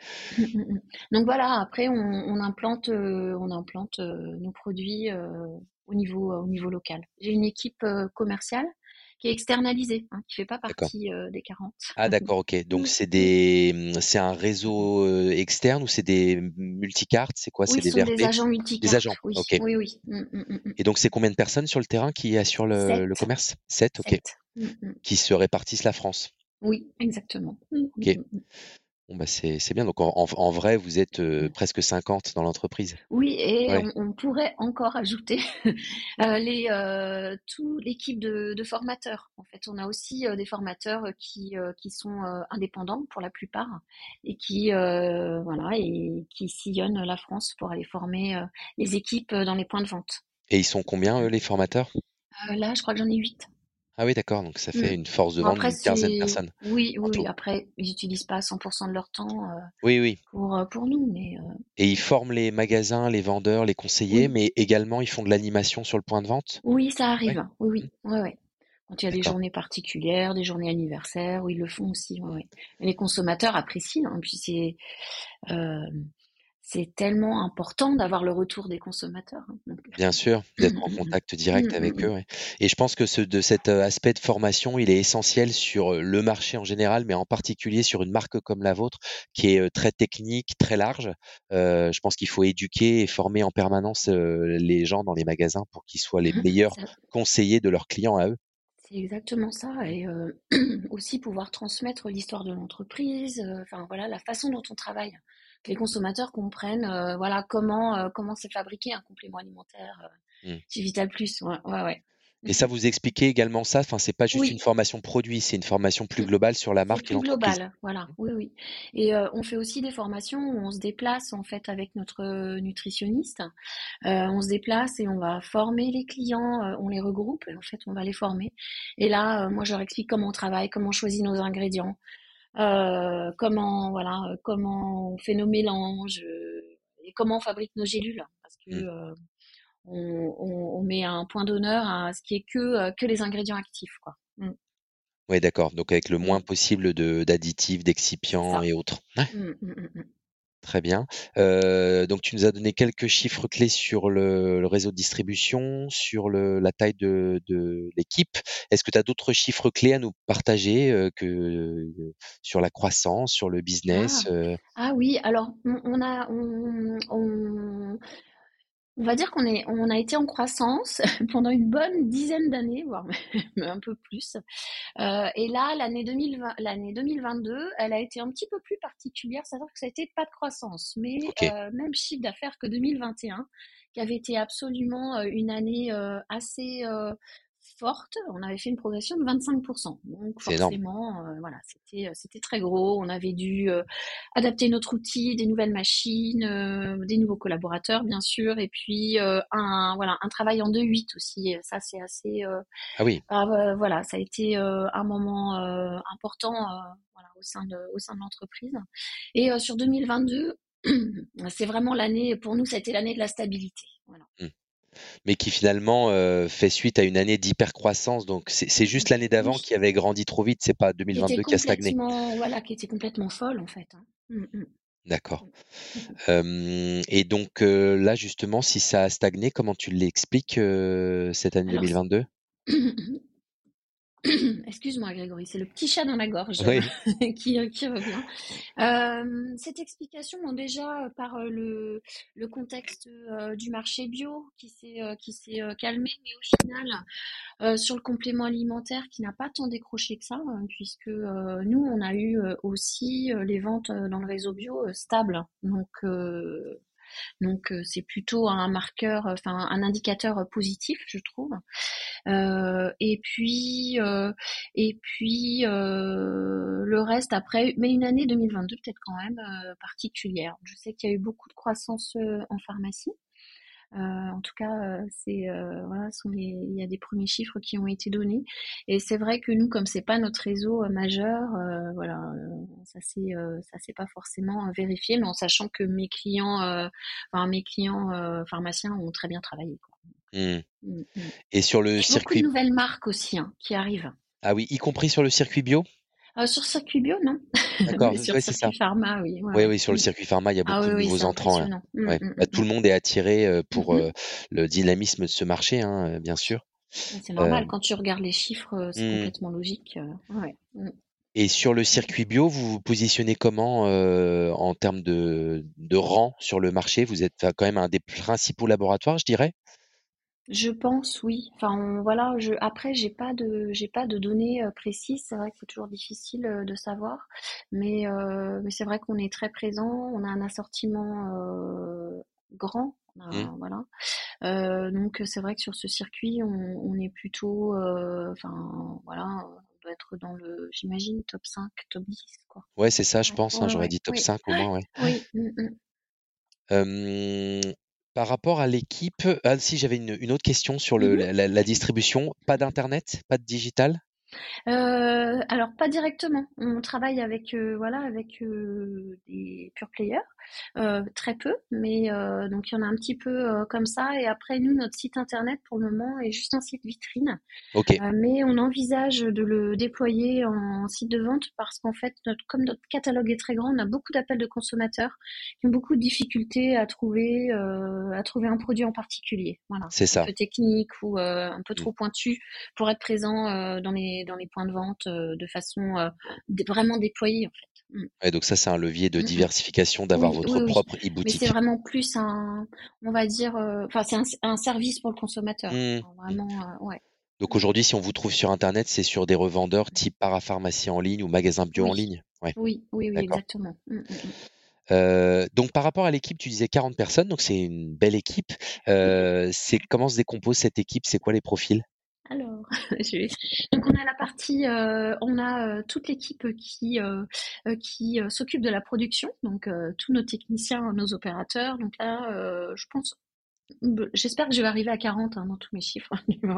Donc voilà, après on, on implante, euh, on implante euh, nos produits euh, au niveau, au niveau local. J'ai une équipe euh, commerciale qui est externalisée, hein, qui fait pas D'accord. partie euh, des quarante. Ah, d'accord, ok. Donc Mm, c'est mm. des, hum, c'est un réseau euh, externe ou c'est des multicartes? C'est quoi? Oui, C'est ce des sont des V R P? agents Des agents. multicartes. Oui, Ok. oui, oui. Mm, mm, mm, mm. Et donc c'est combien de personnes sur le terrain qui assurent le, le Sept. commerce? Sept, ok. Sept. Mm, mm. Qui se répartissent la France. Oui, exactement. Mm, mm, Ok. mm, Bon, bah c'est c'est bien. Donc en, en, en vrai, vous êtes euh, mm. presque cinquante dans l'entreprise. Oui, et Ouais. on, on pourrait encore ajouter euh, les, euh, tout l'équipe de, de formateurs. En fait, on a aussi euh, des formateurs qui, euh, qui sont euh, indépendants pour la plupart et qui, euh, voilà, et qui sillonnent la France pour aller former euh, les équipes dans les points de vente. Et ils sont combien, eux, les formateurs? Euh, là, je crois que j'en ai huit. Ah oui, d'accord. Donc ça fait Mm. une force de Bon, vente après, d'une quinzaine de c'est... personnes Oui, en oui, tout. oui. Après, ils n'utilisent pas cent pour cent de leur temps euh, Oui, oui. pour, euh, pour nous, mais euh, Et ils forment les magasins, les vendeurs, les conseillers, oui. mais également ils font de l'animation sur le point de vente? Oui, ça Ouais. arrive. Oui, Mmh. oui. Ouais, ouais. Quand il y a des D'accord. journées particulières, des journées anniversaires, oui, ils le font aussi. Ouais, ouais. Et les consommateurs apprécient, hein. Puis c'est euh, c'est tellement important d'avoir le retour des consommateurs, hein. Donc, Bien sûr, d'être en contact mm, direct mm, avec mm. eux, ouais. Et je pense que ce de cet, heu, aspect de formation, il est essentiel sur, heu, le marché en général, mais en particulier sur une marque comme la vôtre qui est, heu, très technique, très large. Heu, je pense qu'il faut éduquer et former en permanence, heu, les gens dans les magasins pour qu'ils soient les meilleurs Ça, conseillers de leurs clients à eux. c'est exactement ça. Et euh, aussi pouvoir transmettre l'histoire de l'entreprise, euh, enfin voilà, la façon dont on travaille. Que les consommateurs comprennent, euh, voilà, comment euh, comment c'est fabriqué un complément alimentaire euh, Mmh. chez Vital Plus. Ouais, ouais, ouais. Et ça, vous expliquez également ça? Enfin, c'est pas juste une Oui, formation produit, c'est une formation plus mm, globale sur la c'est marque et plus l'entreprise? global, voilà. Oui, oui. Et euh, on fait aussi des formations où on se déplace en fait avec notre euh, nutritionniste. Euh, on se déplace et on va former les clients, euh, on les regroupe et en fait on va les former. Et là, euh, moi je leur explique comment on travaille, comment on choisit nos ingrédients, euh, comment voilà, euh, comment on fait nos mélanges euh, et comment on fabrique nos gélules, parce que Mmh. euh, on, on- on met un point d'honneur à ce qui est que euh, que les ingrédients actifs, quoi. Mm, Ouais, d'accord, donc avec le moins mm, possible de d'additifs, c'est d'excipients ça. et autres. Ouais. Mm, mm, mm, mm. Très bien. Heu, donc tu nous as donné quelques chiffres clés sur le le réseau de distribution, sur le la taille de de l'équipe. Est-ce que tu as d'autres chiffres clés à nous partager, heu, que, heu, sur la croissance, sur le business, Ah, heu? ah oui, alors on, on a on, on- on va dire qu'on est on a été en croissance pendant une bonne dizaine d'années, voire même un peu plus. Euh, et là, l'année deux mille vingt, l'année deux mille vingt-deux, elle a été un petit peu plus particulière, c'est-à-dire que ça a été pas de croissance, mais OK. euh, même chiffre d'affaires que deux mille vingt et un, qui avait été absolument euh, une année euh, assez euh, forte. On avait fait une progression de vingt-cinq pour cent. Donc C'est énorme. forcément, euh, voilà, c'était euh, c'était très gros. On avait dû euh, adapter notre outil, des nouvelles machines, euh, des nouveaux collaborateurs bien sûr, et puis euh, un voilà un travail en deux huit aussi. Ça c'est assez euh, Ah oui, ah, euh, voilà, ça a été euh, un moment euh, important euh, voilà, au sein de au sein de l'entreprise. Et euh, sur deux mille vingt-deux, c'est vraiment l'année pour nous, ça a été l'année de la stabilité. Voilà. mmh. Mais qui finalement euh, fait suite à une année d'hypercroissance. Donc c'est c'est juste l'année d'avant Oui. qui avait grandi trop vite, c'est pas Qui était deux mille vingt-deux qui a stagné. complètement, voilà, qui était complètement folle en fait. Hein. Mm, mm, D'accord. mm. Euh, et donc euh, là justement, si ça a stagné, comment tu l'expliques euh, cette année Alors, deux mille vingt-deux? excuse-moi Grégory, c'est le petit chat dans la gorge Oui. qui, qui revient. Euh, cette explication, bon, déjà euh, par euh, le, le contexte euh, du marché bio qui s'est euh, qui s'est euh, calmé, mais au final, euh, sur le complément alimentaire qui n'a pas tant décroché que ça, hein, puisque euh, nous, on a eu euh, aussi euh, les ventes euh, dans le réseau bio euh, stables. Donc, euh, donc euh, c'est plutôt un marqueur, enfin un indicateur euh, positif, je trouve. Euh, et puis, euh, et puis euh, le reste après, mais une année deux mille vingt-deux peut-être quand même euh, particulière. Je sais qu'il y a eu beaucoup de croissance euh, en pharmacie. Euh, en tout cas, euh, c'est euh, voilà, sont les, il y a des premiers chiffres qui ont été donnés. Et c'est vrai que nous, comme c'est pas notre réseau euh, majeur, euh, voilà, euh, ça c'est euh, ça c'est pas forcément euh, vérifié, mais en sachant que mes clients, euh, enfin mes clients euh, pharmaciens ont très bien travaillé, quoi. Hmm. Mm, mm. Et sur le Beaucoup de circuit, nouvelles marques aussi hein, qui arrivent. ah oui, y compris sur le circuit bio? Euh, sur circuit bio, non, D'accord, mais sur ouais, c'est ça. circuit pharma, oui, ouais, Oui, ouais. oui, sur le Mm. circuit pharma, il y a Ah beaucoup oui, de oui, nouveaux c'est entrants, hein. impressionnant. Mm, Ouais. mm, Bah, mm, tout mm. le monde est attiré euh, pour Mhm. euh, le dynamisme de ce marché, hein, euh, bien sûr. C'est Euh, normal, quand tu regardes les chiffres, euh, c'est hmm. complètement logique. euh, ouais. Mm. Et sur le circuit bio, vous vous positionnez comment euh, en termes de, de rang sur le marché? Vous êtes euh, quand même un des principaux laboratoires, je dirais. Je pense, oui. Enfin, on- voilà. Je, après, j'ai pas de, j'ai pas de données euh, précises. C'est vrai que c'est toujours difficile euh, de savoir, mais, euh, mais c'est vrai qu'on est très présent. On a un assortiment euh, grand. On Hmm. a- voilà. Euh, donc c'est vrai que sur ce circuit, on, on est plutôt, euh, enfin voilà, on doit être dans le, j'imagine, top cinq, top dix, quoi. Ouais, c'est ça, je Ouais, pense, hein, ouais, j'aurais ouais, dit top oui, cinq au moins, ouais. oui. Mm, mm. Euh, par rapport à l'équipe, ah si, j'avais une, une autre question sur le, Mhm. la, la- la distribution. Pas d'internet, pas de digital? Euh, alors pas directement. On travaille avec euh, voilà avec euh, des pure players, euh, très peu, mais euh, donc il y en a un petit peu euh, comme ça. Et après nous, notre site internet pour le moment est juste un site vitrine. Ok, Euh, mais on envisage de le déployer en site de vente parce qu'en fait, notre, comme notre catalogue est très grand, on a beaucoup d'appels de consommateurs qui ont beaucoup de difficultés à trouver, euh, à trouver un produit en particulier. Voilà, c'est un ça. peu technique ou euh, un peu Hmm. trop pointu pour être présent euh, dans les dans les points de vente euh, de façon euh, dé- vraiment déployée en fait. Mm. Ouais, donc ça, c'est un levier de Mm, mm. diversification d'avoir Oui, votre oui, oui. propre Mais c'est e-boutique. vraiment plus un, on va dire, euh, enfin c'est un, un service pour le consommateur. Hmm, Enfin, hmm. vraiment, euh, ouais. Donc Mm, mm. aujourd'hui, si on vous trouve sur Internet, c'est sur des revendeurs type parapharmacie en ligne ou magasin bio en Oui, ligne. Ouais, oui, oui, oui, d'accord. exactement. Mm, mm, mm. Euh, donc par rapport à l'équipe, tu disais quarante personnes, donc c'est une belle équipe. Euh, c'est comment se décompose cette équipe? C'est quoi les profils? Alors, je vais- donc on a la partie, euh, on a euh, toute l'équipe qui euh, euh, qui euh, s'occupe de la production, donc euh, tous nos techniciens, nos opérateurs. Donc là, euh, je pense Be- j'espère que je vais arriver à quarante hein, dans tous mes chiffres.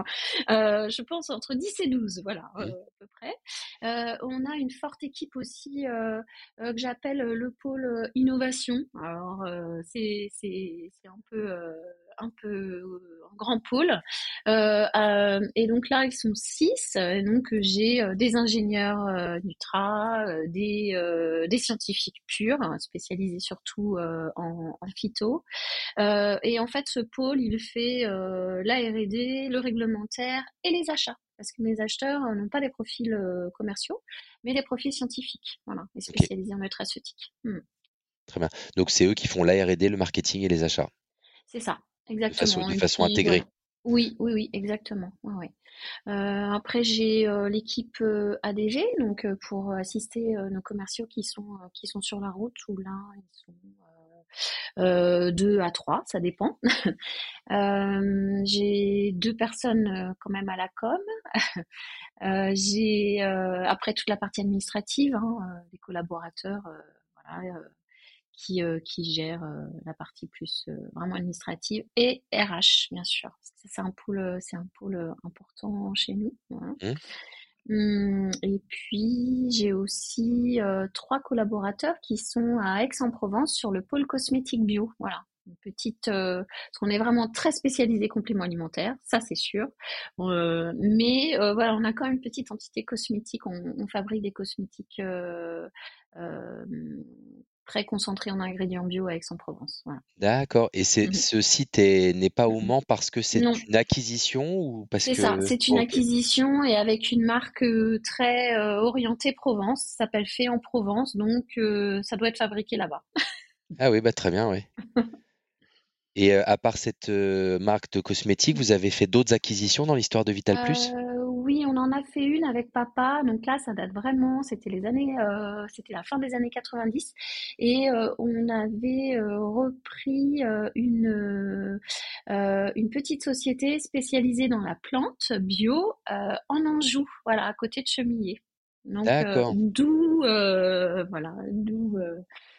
Euh, je pense entre dix et douze, voilà, euh, Hmm. à peu près. Euh, on a une forte équipe aussi euh, euh, que j'appelle euh, le pôle euh, innovation. Alors, euh, c'est c'est c'est un peu euh, un peu euh, un grand pôle. Euh, euh, et donc là, ils sont six. Et donc j'ai euh, des ingénieurs euh, Nutra, euh, des euh, des scientifiques purs, hein, spécialisés surtout euh, en, en phyto. Euh, et en fait, ce pôle, il fait euh, la R et D, le réglementaire et les achats. Parce que mes acheteurs euh, n'ont pas des profils euh, commerciaux, mais des profils scientifiques, voilà, et Ok, spécialisés en nutraceutique. Hmm. très bien. Donc c'est eux qui font l'A R et D, le marketing et les achats C'est ça, de façon, exactement. de Et façon puis intégrée. voilà. Oui, oui, oui, exactement. Ouais, ouais. Euh, après, j'ai euh, l'équipe euh, A D G, donc euh, pour assister euh, nos commerciaux qui sont euh, qui sont sur la route, où là, ils sont euh, euh, deux à trois, ça dépend. Euh, j'ai deux personnes euh, quand même à la com. Euh, j'ai euh, après toute la partie administrative, hein, euh, des collaborateurs euh, voilà, euh, qui, euh, qui gèrent euh, la partie plus euh, vraiment administrative et R H bien sûr. C'est c'est un pôle, c'est un pôle important chez nous. Voilà. Mmh. Hum, et puis j'ai aussi euh, trois collaborateurs qui sont à Aix-en-Provence sur le pôle cosmétique bio. Voilà. Une petite, euh, parce qu'on est vraiment très spécialisé compléments alimentaires, ça c'est sûr. Euh, mais euh, voilà, on a quand même une petite entité cosmétique. On, on fabrique des cosmétiques euh, euh, très concentrés en ingrédients bio à Aix-en-Provence. Voilà. D'accord. Et c'est Mhm. ce site est n'est pas au Mans parce que c'est Non, une acquisition ou parce c'est ça. que C'est une OK. acquisition et avec une marque euh, très euh, orientée Provence. Ça s'appelle Fait en Provence, donc euh, ça doit être fabriqué là-bas. Ah oui, bah, très bien, oui. Et heu, à part cette, heu, marque de cosmétiques, vous avez fait d'autres acquisitions dans l'histoire de Vital Plus? Euh, oui, on en a fait une avec papa. Donc là, ça date vraiment. C'était les années, euh, c'était la fin des années quatre-vingt-dix, et euh, on avait euh, repris euh, une euh, une petite société spécialisée dans la plante bio euh, en Anjou, voilà, à côté de Chemillé. Donc euh, D'accord. d'où euh, voilà, d'où euh,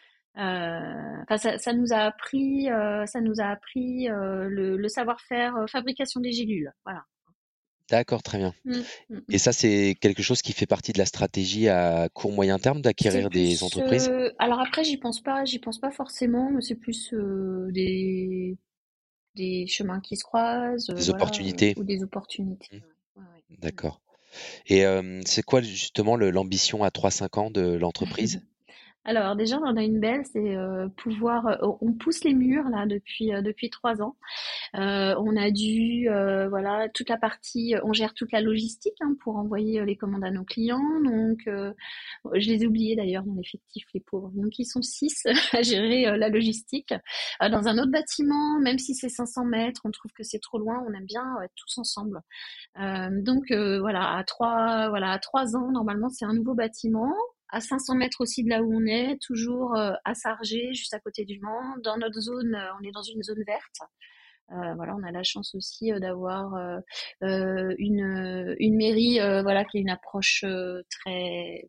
euh, enfin, ça, ça nous a appris, euh, ça nous a appris euh, le, le savoir-faire euh, fabrication des gélules. Voilà. D'accord, très bien. Mm, mm, Et mm. ça, c'est quelque chose qui fait partie de la stratégie à court moyen terme C'est d'acquérir des plus. entreprises? euh, alors après, j'y pense pas, j'y pense pas forcément, mais c'est plus euh, des des chemins qui se croisent, euh, Des voilà, euh, opportunités? ou des opportunités. Mmh, Ouais, ouais, ouais. d'accord. Et hem, c'est quoi justement le l'ambition à trois cinq ans de l'entreprise? Alors déjà, on en a une belle, c'est euh, pouvoir. euh, On pousse les murs là depuis euh, depuis trois ans. Euh, on a dû, euh, voilà, toute la partie, on gère toute la logistique hein, pour envoyer euh, les commandes à nos clients. Donc, euh, je les ai oubliés d'ailleurs dans l'effectif, les pauvres. Donc, ils sont six à gérer euh, la logistique. Euh, dans un autre bâtiment, même si c'est cinq cents mètres, on trouve que c'est trop loin. On aime bien être tous ensemble. Euh, donc, euh, voilà, à trois, voilà, à trois ans, normalement, c'est un nouveau bâtiment. À cinq cents mètres aussi de là où on est, toujours euh, à Sargé, juste à côté du Mans. Dans notre zone, euh, on est dans une zone verte. Euh, voilà, on a la chance aussi euh, d'avoir euh, euh, une, une mairie euh, voilà, qui a une approche euh, très,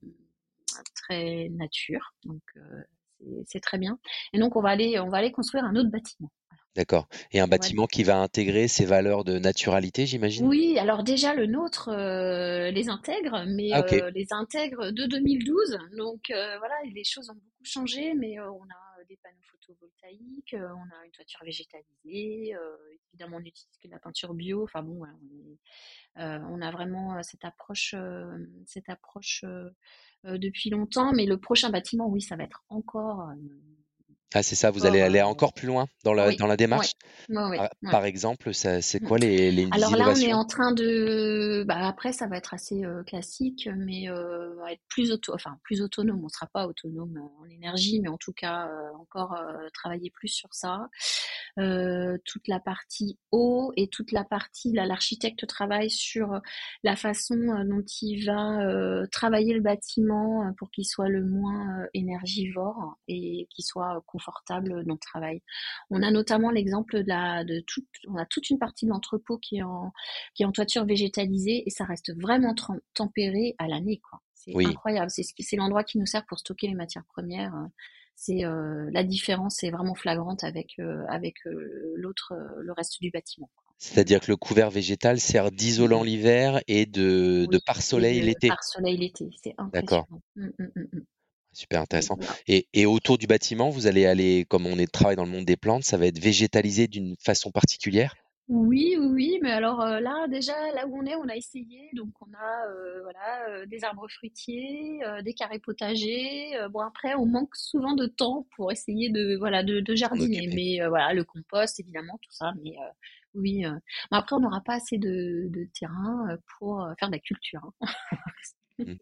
très nature. Donc, euh, c'est c'est très bien. Et donc, on va aller, on va aller construire un autre bâtiment. D'accord. Et un On va bâtiment qui va intégrer ces valeurs de naturalité, j'imagine? Oui, alors déjà le nôtre euh, les intègre, mais Ah OK. euh, les intègre de deux mille douze. Donc euh, voilà, les choses ont beaucoup changé, mais euh, on a euh, des panneaux photovoltaïques, euh, on a une toiture végétalisée, euh, évidemment on n'utilise que de la peinture bio. Enfin bon, voilà, on, est- euh, on a vraiment euh, cette approche, euh, cette approche euh, euh, depuis longtemps. Mais le prochain bâtiment, oui, ça va être encore, euh, Ah c'est ça, vous allez encore, aller euh, encore plus loin dans la oui, dans la oui, démarche? oui, oui, Par oui. par exemple, ça c'est quoi les les Alors là, on est innovations? en train de. Bah après, ça va être assez euh, classique, mais euh, on va être plus auto, enfin plus autonome. On sera pas autonome euh, en énergie, mais en tout cas euh, encore euh, travailler plus sur ça. Euh, toute la partie eau et toute la partie, là, l'architecte travaille sur la façon euh, dont il va euh, travailler le bâtiment euh, pour qu'il soit le moins euh, énergivore et qu'il soit confortable dans le travail. On a notamment l'exemple de la, de toute, on a toute une partie de l'entrepôt qui est en, qui est en toiture végétalisée et ça reste vraiment trem- tempéré à l'année, quoi. C'est Oui. incroyable. C'est ce qui, c'est l'endroit qui nous sert pour stocker les matières premières. C'est euh, la différence est vraiment flagrante avec euh, avec euh, l'autre, euh, le reste du bâtiment, quoi. C'est-à-dire que le couvert végétal sert d'isolant Mm. l'hiver et de de Oui, et pare-soleil de l'été? par soleil l'été, c'est D'accord, impressionnant. Mm, mm, mm, mm. super Donc intéressant. voilà. Et et autour du bâtiment, vous allez aller comme on est travaille dans le monde des plantes, ça va être végétalisé d'une façon particulière? Oui, oui, oui, mais alors euh, là, déjà, là où on est, on a essayé. Donc, on a euh, voilà, euh, des arbres fruitiers, euh, des carrés potagers. Euh, bon, après, on manque souvent de temps pour essayer de, voilà, de, de S'en jardiner. occuper. Mais euh, voilà, le compost, évidemment, tout ça. Mais euh, oui, euh, bon, après, on n'aura pas assez de, de terrain euh, pour euh, faire de la culture, hein. Mmh.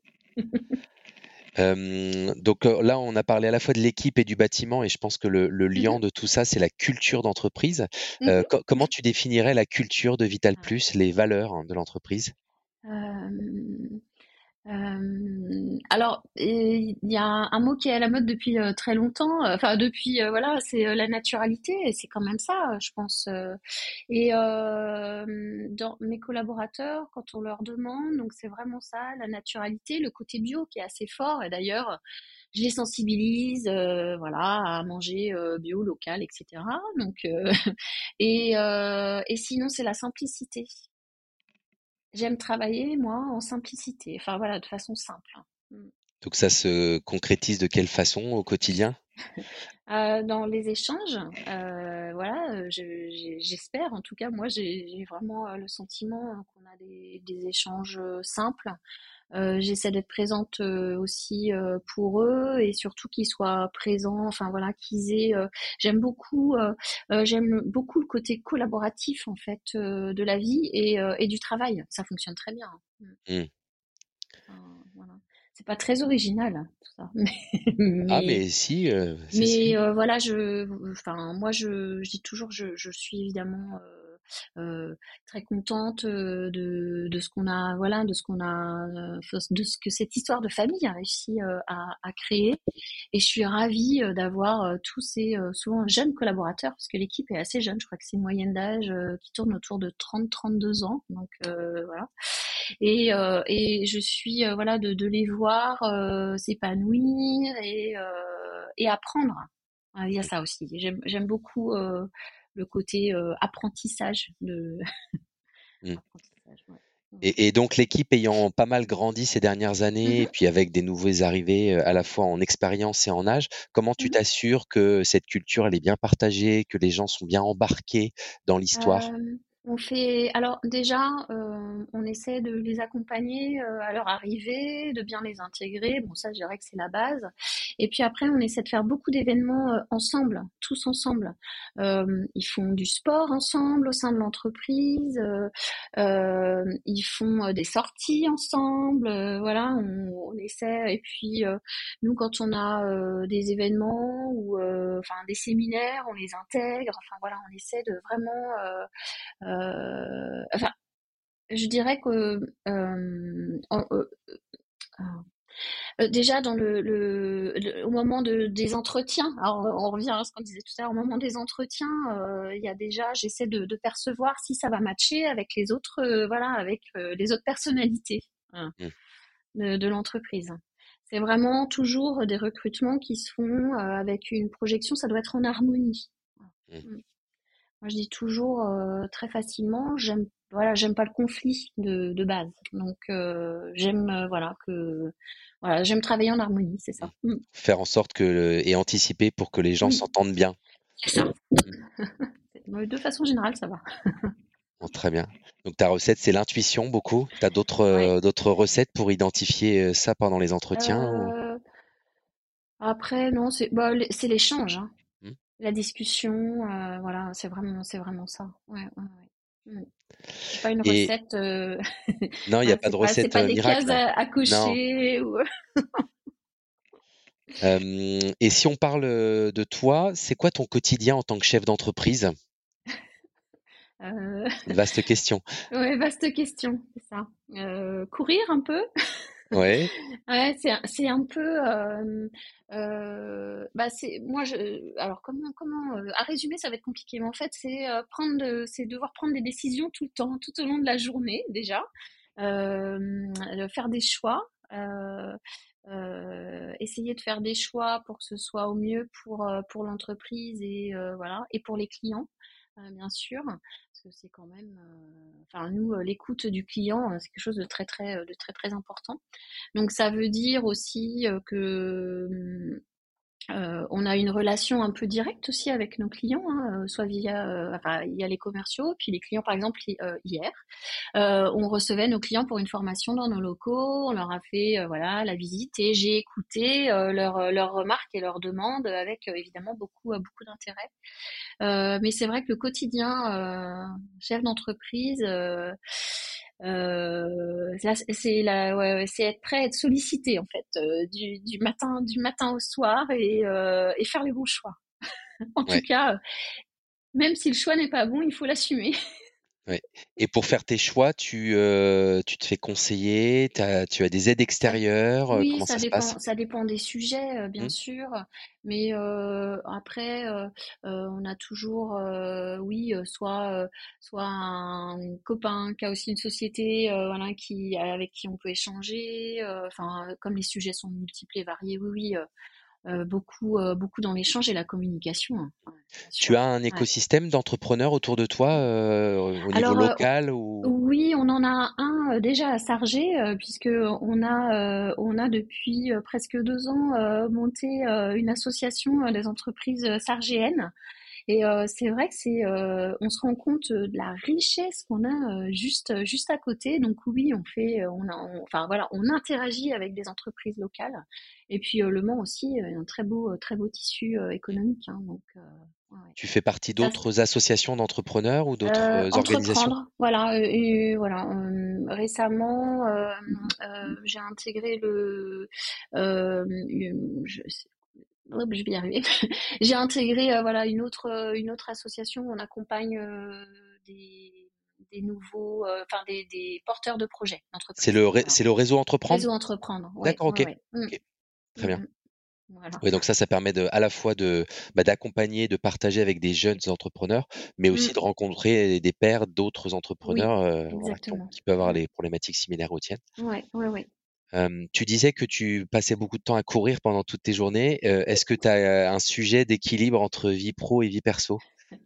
Hem, donc heu, là, on a parlé à la fois de l'équipe et du bâtiment et je pense que le le liant Mhm, de tout ça, c'est la culture d'entreprise. Heu, mhm. co comment tu définirais la culture de Vital Ah ouais. Plus, les valeurs hein, de l'entreprise? Euh, Euh, alors, il y a un mot qui est à la mode depuis euh, très longtemps. euh, Enfin, depuis euh, voilà, c'est euh, la naturalité. Et c'est quand même ça, euh, je pense. euh. Et euh, dans mes collaborateurs, quand on leur demande, donc c'est vraiment ça, la naturalité, le côté bio qui est assez fort. Et d'ailleurs, je les sensibilise, euh, voilà, à manger euh, bio, local, et cetera. Donc, euh, et euh, et sinon, c'est la simplicité. J'aime travailler, moi, en simplicité. Enfin, voilà, de façon simple. Mm. Donc ça se concrétise de quelle façon au quotidien? Euh, dans les échanges, euh, voilà, euh, je- j'ai- j'espère, en tout cas, moi, j'ai j'ai vraiment euh, le sentiment euh, qu'on a des, des échanges euh, simples. Euh, j'essaie d'être présente euh, aussi euh, pour eux et surtout qu'ils soient présents, enfin voilà, qu'ils aient. euh, j'aime beaucoup, euh, euh, j'aime beaucoup le côté collaboratif en fait euh, de la vie et, euh, et du travail. Ça fonctionne très bien. Mm. Hmm. Enfin, voilà. C'est pas très original, hein, tout ça. Mais, Ah, mais, mais si, euh, c'est mais si. euh, voilà, je, enfin, moi, je, je dis toujours, je, je suis évidemment euh, euh, très contente euh, de, de ce qu'on a, voilà, de ce qu'on a, euh, de ce que cette histoire de famille a réussi euh, à, à créer. Et je suis ravie euh, d'avoir euh, tous ces euh, souvent jeunes collaborateurs, parce que l'équipe est assez jeune. Je crois que c'est une moyenne d'âge euh, qui tourne autour de trente trente-deux ans. Donc euh, voilà. Et, euh, et je suis euh, voilà de, de les voir euh, s'épanouir et, euh, et apprendre. Ah, il y a ça aussi. J'aime, j'aime beaucoup euh, le côté euh, apprentissage de Hmm. apprentissage. Ouais. Mm. Et, et donc l'équipe ayant pas mal grandi ces dernières années, et Mhm, puis avec des nouveaux arrivés euh, à la fois en expérience et en âge, comment tu mhm. t'assures que cette culture elle est bien partagée, que les gens sont bien embarqués dans l'histoire? Euh, on fait, alors déjà, euh, on essaie de les accompagner euh, à leur arrivée, de bien les intégrer. Bon, ça, je dirais que c'est la base. Et puis après, on essaie de faire beaucoup d'événements euh, ensemble, tous ensemble. Euh, ils font du sport ensemble au sein de l'entreprise. euh, euh, ils font euh, des sorties ensemble. euh, voilà, on, on essaie. Et puis euh, nous, quand on a euh, des événements ou euh, enfin des séminaires, on les intègre. Enfin voilà, on essaie de vraiment. euh, euh, enfin, je dirais que euh, en- euh, euh, déjà dans le, le, le- au moment de, des entretiens, alors on revient à ce qu'on disait tout à l'heure, au moment des entretiens, euh, il y a déjà, j'essaie de, de percevoir si ça va matcher avec les autres, euh, voilà, avec euh, les autres personnalités hein, Hmm. de, de l'entreprise. C'est vraiment toujours des recrutements qui se font euh, avec une projection, ça doit être en harmonie. Hmm. Mm. Moi, je dis toujours euh, très facilement, j'aime voilà, j'aime pas le conflit de, de base. Donc euh, j'aime euh, voilà que voilà, j'aime travailler en harmonie, c'est Hmm. ça. Mm. Faire en sorte que et anticiper pour que les gens Oui, s'entendent bien. c'est ça. Hmm. C'est- De façon générale, ça va. Bon, très bien. Donc ta recette, c'est l'intuition beaucoup. Tu as d'autres Ouais. euh, d'autres recettes pour identifier euh, ça pendant les entretiens ou... Euh, après, non, c'est bah, les- c'est l'échange, hein. Hmm. La discussion, euh, voilà, c'est vraiment c'est vraiment ça. Ouais, ouais, ouais. Mm. J'ai pas une Et recette. euh, non, il n'y a Voilà, pas de c'est pas c'est recette pas euh, des cases miracle. à, à Non. cocher ou. Euh, et si on parle euh, de toi, c'est quoi ton quotidien en tant que chef d'entreprise? Euh, C'est une vaste question. Ouais, vaste question, c'est ça. Euh, courir un peu. Ouais. Ouais, c'est un- c'est un peu. Euh, euh, bah c'est moi je. Alors comment comment euh, à résumer ça va être compliqué, mais en fait c'est euh, prendre de- c'est devoir prendre des décisions tout le temps, tout au long de la journée déjà, euh, de faire des choix. euh, euh, essayer de faire des choix pour que ce soit au mieux pour euh, pour l'entreprise et euh, voilà et pour les clients euh, bien sûr parce que c'est quand même euh, enfin nous euh, l'écoute du client euh, c'est quelque chose de très très de très très important donc ça veut dire aussi euh, que euh, on a une relation un peu directe aussi avec nos clients, hein, euh, soit via, euh, enfin, il y a les commerciaux, puis les clients, par exemple, euh, hier, euh, on recevait nos clients pour une formation dans nos locaux, on leur a fait, euh, voilà, la visite et j'ai écouté euh, leurs leurs remarques et leurs demandes avec euh, évidemment beaucoup euh, beaucoup d'intérêt. Euh, mais c'est vrai que le quotidien euh, chef d'entreprise, euh, euh, là, c'est la, ouais, ouais, c'est être prêt à être sollicité en fait euh, du, du matin du matin au soir et, euh, et faire les bons choix. En tout Ouais. cas, même si le choix n'est pas bon, il faut l'assumer. Ouais. Et pour faire tes choix, tu, heu, tu te fais conseiller, tu as tu as des aides Ça extérieures, heu, oui, comment ça ça se passe? dépend ça dépend des sujets, heu, bien Mmh. sûr, mais heu, après, heu heu, on a toujours, heu, oui, heu, soit, heu, soit un copain qui a aussi une société, heu, voilà, qui avec qui on peut échanger, heu, enfin, comme les sujets sont multiples et variés, oui, oui, heu heu, beaucoup, heu, beaucoup dans l'échange et la communication, hein. Ouais, bien Tu sûr. as un Ouais. écosystème d'entrepreneurs autour de toi, heu, au niveau Alors, heu, local ou? oui, on en a un, heu, déjà à Sargé, heu, puisque on a, heu, on a depuis, heu, presque deux ans, heu, monté, heu, une association, heu, des entreprises, heu, sargéennes. Et euh, c'est vrai que c'est, euh, on se rend compte euh, de la richesse qu'on a euh, juste euh, juste à côté. Donc oui, on fait, euh, on a, on- enfin voilà, on interagit avec des entreprises locales. Et puis euh, Le Mans aussi, euh, un très beau, euh, très beau tissu euh, économique, hein. Donc euh, ouais, ouais. Tu fais partie Ça, d'autres associations d'entrepreneurs ou d'autres, euh, heu, organisations? entreprendre, voilà, euh, et voilà. euh, récemment, euh, euh, j'ai intégré le, euh, une- je, Hop, je vais y arriver. J'ai intégré euh, voilà une autre euh, une autre association où on accompagne euh, des des nouveaux, euh, enfin des, des porteurs de projets C'est d'entreprise. le ré Voilà. c'est le réseau Entreprendre? Réseau entreprendre. Ouais, D'accord, ouais, OK. ouais. Mm, OK, très mm, bien. mm. Voilà. Oui, donc ça, ça permet de à la fois de, bah, d'accompagner, de partager avec des jeunes entrepreneurs, mais aussi Mm. de rencontrer des pairs d'autres Oui, entrepreneurs, heu, voilà, qui ont exactement. qui peuvent avoir Mm. les problématiques similaires aux tiennes. Ouais, ouais, ouais. Hem, tu disais que tu passais beaucoup de temps à courir pendant toutes tes journées. Heu, est-ce que tu as un sujet d'équilibre entre vie pro et vie perso?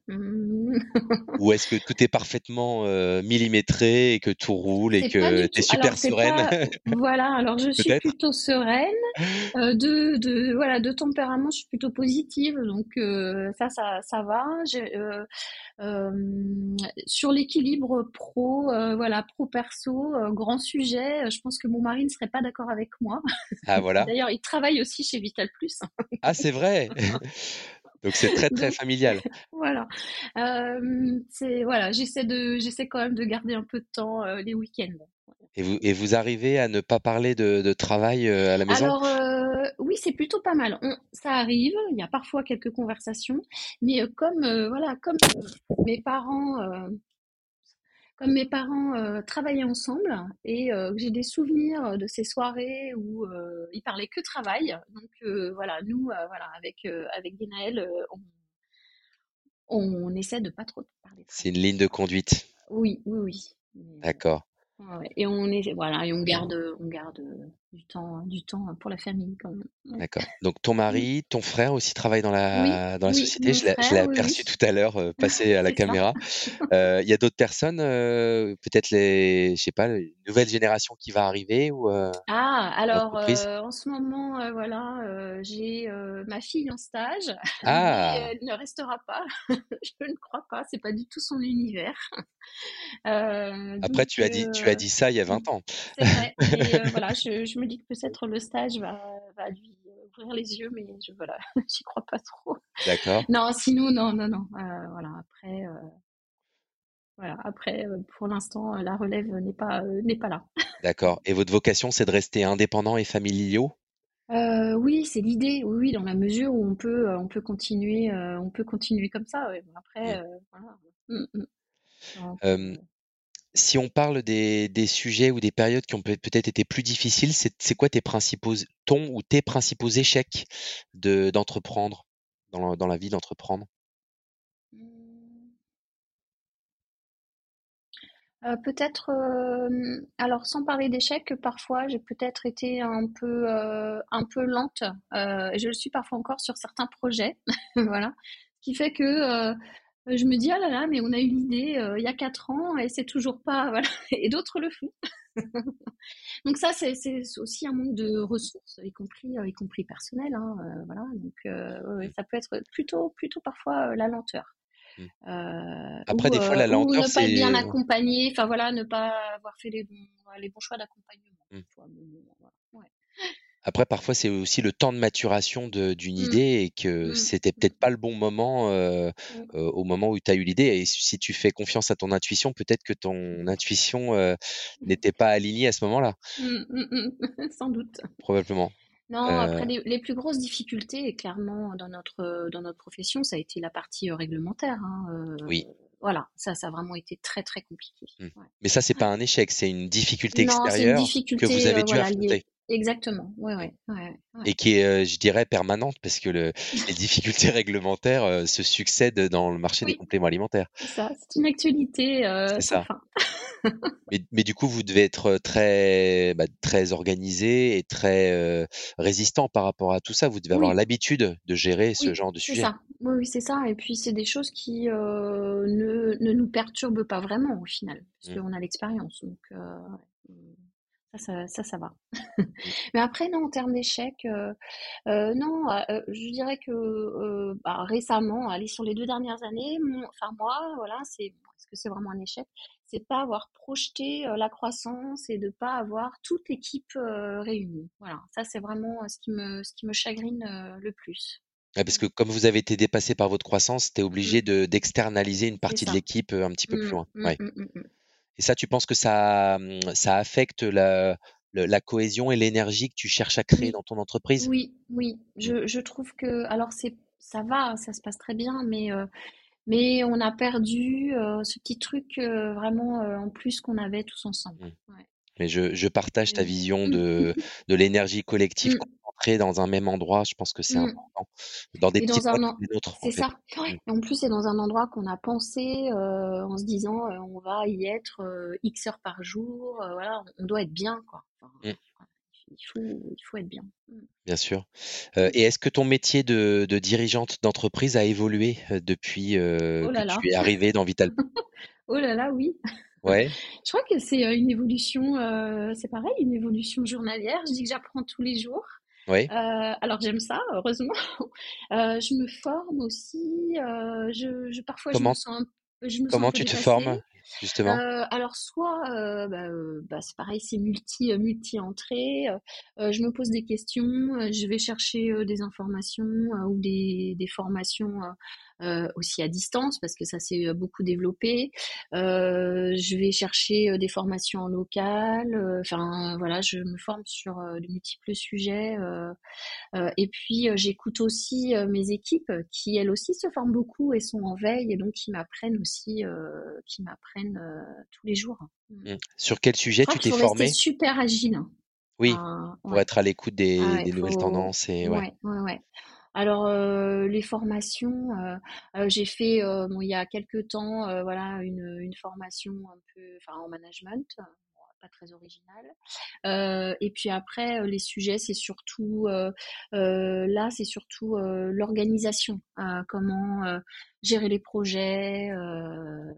Mm. Ou est-ce que tout est parfaitement, heu, millimétré et que tout roule et C'est pas que du tu es tout. Alors super c'est sereine? pas. Voilà. Alors je suis Peut-être? plutôt sereine. Euh, de, de, voilà, de tempérament, je suis plutôt positive, donc euh, ça, ça, ça va. J'ai, euh, euh, sur l'équilibre pro, euh, voilà, pro-perso, euh, grand sujet. Je pense que mon mari ne serait pas d'accord avec moi. Ah voilà. D'ailleurs, il travaille aussi chez Vital Plus, Ah c'est vrai! Donc c'est très, très donc familial. voilà. Euh, c'est voilà, j'essaie de, j'essaie quand même de garder un peu de temps euh, les week-ends. Et vous et vous arrivez à ne pas parler de de travail, heu, à la maison? Alors, euh, oui, c'est plutôt pas mal. On- ça arrive, il y a parfois quelques conversations, mais euh, comme euh, voilà, comme euh, mes parents, euh, comme mes parents euh, travaillaient ensemble et euh, que j'ai des souvenirs de ces soirées où euh, ils parlaient que travail. Donc euh, voilà, nous, euh, voilà, avec euh, avec Guénaël, euh, on, on essaie de pas trop parler C'est travail. une ligne de Voilà. conduite. Oui, oui, oui. Mais, D'accord, ouais, ouais. Et on est, voilà, et on garde, on garde du temps, du temps pour la famille quand même. Ouais. d'accord. Donc ton Mm. mari, ton frère aussi travaille dans Oui, la dans la oui, société? mon Je l'ai je l'ai frère, oui, aperçu oui, tout à l'heure, heu, passer à la c'est ça. caméra. Heu, il y a d'autres personnes, heu, peut-être les je sais pas, une nouvelle génération qui va arriver ou, heu, Ah, dans alors l'entreprise? euh, en ce moment, euh, voilà, euh, j'ai euh, ma fille en stage, mais Ah! elle ne restera pas. Je ne crois pas, c'est pas du tout son univers. Euh, Après donc, tu as dit tu as euh, dit ça il y a vingt ans. c'est vrai. Et euh, voilà, je, je me dis que peut-être le stage va, va lui ouvrir les yeux, mais je, voilà, j'y crois pas trop. D'accord, Non, sinon, non, non, non. Euh, voilà, après, euh, voilà, après, euh, pour l'instant, euh, la relève n'est pas, euh, n'est pas là. d'accord et votre vocation, c'est de rester indépendants et familiaux? Heu, oui, c'est l'idée, oui, oui, dans la mesure où on peut, heu, on peut continuer, heu, on peut continuer comme ça, ouais. Bon Mmh. après, heu, voilà. Mmh mh. Donc Hem, heu, si on parle des des sujets ou des périodes qui ont peut peut-être été plus difficiles, c'est c'est quoi tes principaux ton ou tes principaux échecs de d'entreprendre, dans la dans la vie d'entreprendre? mmh, heu, peut-être, hem, alors sans parler d'échecs, parfois j'ai peut-être été un peu, heu, un peu lente, heu, et je le suis parfois encore sur certains projets, voilà. Ce qui fait que, heu, je me dis: «Ah là là, mais on a eu l'idée, heu, il y a quatre ans et c'est toujours pas» voilà, et d'autres le font. Donc ça, c'est c'est aussi un manque de ressources, y compris, euh, y compris personnelles, hein, euh, voilà. Donc euh, ouais, ouais, Mmh, ça peut être plutôt, plutôt parfois euh, la lenteur. mmh. Euh, Après ou, des fois euh, la ou lenteur ne pas être bien c'est accompagné, enfin voilà, ne pas avoir fait les bons, les bons choix d'accompagnement. mmh. Tu vois, mais bon, voilà. Ouais. Après parfois c'est aussi le temps de maturation de d'une Mm, idée et que mm, c'était mm, peut-être pas le bon moment, heu mm, heu, au moment où tu as eu l'idée et si tu fais confiance à ton intuition, peut-être que ton intuition, heu, n'était pas alignée à ce moment-là, mm, mm, mm. Sans doute. probablement. Non, Heu, après les, les plus grosses difficultés, et clairement dans notre dans notre profession, ça a été la partie euh, réglementaire, hein, euh, oui. voilà, ça, ça a vraiment été très, très compliqué. Mmh. Ouais. Mais ça, c'est pas un échec, c'est une difficulté Non, c'est une extérieure que vous difficulté, avez euh, dû voilà, liée. affronter. Exactement. Ouais, Mmh. ouais, ouais, ouais. Et qui est, heu, je dirais permanente parce que le les difficultés réglementaires, heu, se succèdent dans le marché des Oui, compléments alimentaires. c'est ça. C'est une actualité euh, C'est sans ça. fin. Mais mais du coup, vous devez être, très, bah, très organisé et très, heu, résistant par rapport à tout ça. Vous devez avoir Oui, l'habitude de gérer ce oui, genre de c'est sujet. ça. Oui, oui, c'est ça. Et puis, c'est des choses qui euh, ne, ne nous perturbent pas vraiment au final, parce Mmh, qu'on a l'expérience. Donc, euh, ouais. ça, ça, ça, ça va. mmh. Mais après, non, en termes d'échecs, euh, euh, non, euh, euh, je dirais que euh, bah, récemment, allez, sur les deux dernières années, mon- enfin moi, voilà, c'est, est-ce que c'est vraiment un échec? C'est pas avoir projeté euh, la croissance et de pas avoir toute l'équipe euh, réunie. Voilà, ça c'est vraiment euh, ce qui me, ce qui me chagrine euh, le plus. Ouais, parce que comme vous avez été dépassé par votre croissance, tu es Mm, obligé de d'externaliser une c'est partie de ça. l'équipe, heu, un petit peu plus Mm, loin. mm, Ouais. mm, mm, mm. Et ça, tu penses que ça, mmh, ça affecte la le la cohésion et l'énergie que tu cherches à créer Oui, dans ton entreprise? oui, oui. Mmh. Je, je trouve que, alors c'est, ça va, ça se passe très bien, mais euh, Mais on a perdu euh, ce petit truc euh, vraiment euh, en plus qu'on avait tous ensemble. Mmh. Ouais. Mais je je partage ta Et- vision Mm, de de l'énergie collective mm, concentrée dans un même endroit. Je pense que c'est mm. important. Dans des Et petits dans pas un comme en- les nôtres, en c'est fait. ça. Ouais. Mmh. Et en plus, c'est dans un endroit qu'on a pensé euh, en se disant euh, on va y être euh, X heures par jour. Euh, voilà, on doit être bien, quoi. Enfin, Mmh. voilà, il faut, il faut être bien. Mm, Bien sûr. Heu mm. et est-ce que ton métier de de dirigeante d'entreprise a évolué, heu, depuis, heu, Oh que là là. tu es arrivée dans Vital? Oh là là, oui. Ouais? Je crois que c'est euh, une évolution, euh, c'est pareil, une évolution journalière. Je dis que j'apprends tous les jours. Ouais? Euh, alors j'aime ça, heureusement. Euh, je me forme aussi. Euh, je, je- parfois je me Comment sens un, peu- je me sens un comment peu tu te formes, dépassée. justement? Euh, alors soit, euh, bah, euh, bah, c'est pareil, c'est multi, euh, multi-entrée. Euh, euh, je me pose des questions. Euh, je vais chercher euh, des informations euh, ou des, des formations euh, euh, aussi à distance parce que ça s'est euh, beaucoup développé. Euh, je vais chercher euh, des formations en local. Euh, Enfin voilà, je me forme sur euh, de multiples sujets. euh, euh, et puis, euh, j'écoute aussi euh, mes équipes qui, elles aussi, se forment beaucoup et sont en veille et donc qui m'apprennent aussi, euh, qui m'apprennent euh, tous les jours. Mm. Mmh. Sur quel Je sujet crois tu qu'il t'es faut rester formée? super agile. Oui, Enfin, pour ouais. être à l'écoute Ah des ouais, des nouvelles faut... tendances et ouais. Ouais, ouais, ouais. Alors, euh, les formations, euh, euh, j'ai fait, euh, bon, il y a quelques temps, euh, voilà, une, une formation un peu, enfin, en management, euh, bon, pas très originale. Euh, et puis après, euh, les sujets, c'est surtout, euh, euh, là, c'est surtout euh, l'organisation, euh, comment euh, gérer les projets, euh,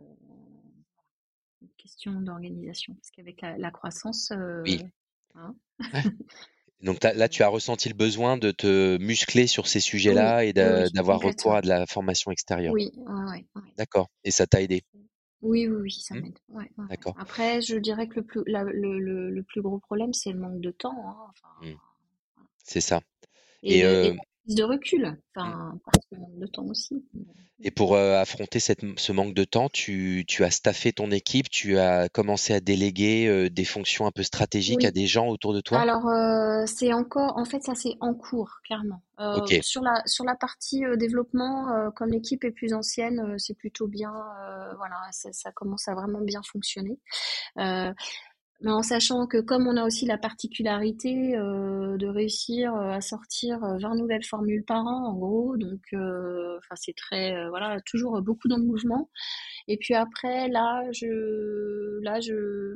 une question d'organisation, parce qu'avec la, la croissance, euh, Oui. hein, Ouais. Donc tu là, tu as ressenti le besoin de te muscler sur ces oui, sujets-là et oui, d'a oui, d'avoir recours à complètement. de la formation extérieure. Oui, ouais, ouais, ouais. D'accord et ça t'a aidé? Oui, oui, oui, ça Mmh, m'aide. Ouais, ouais, ouais. d'accord. Après, je dirais que le plus, la- le, le, le plus gros problème, c'est le manque de temps, hein, enfin, Mmh, c'est ça et, et le, et heu, la prise de recul, mmh enfin, parce que le manque de temps aussi. et pour, heu, affronter cette ce manque de temps, tu tu as staffé ton équipe, tu as commencé à déléguer, heu, des fonctions un peu stratégiques à Oui, des gens autour de toi? alors euh, c'est encore, en fait, ça c'est en cours, clairement. Euh, OK, sur la sur la partie euh, développement, euh, comme l'équipe est plus ancienne, euh, c'est plutôt bien. Euh, voilà, ça, ça commence à vraiment bien fonctionner. Euh, Mais en sachant que comme on a aussi la particularité euh, de réussir euh, à sortir euh, vingt nouvelles formules par an, en gros, donc euh, enfin c'est très euh, voilà toujours beaucoup dans le mouvement. Et puis après là je là je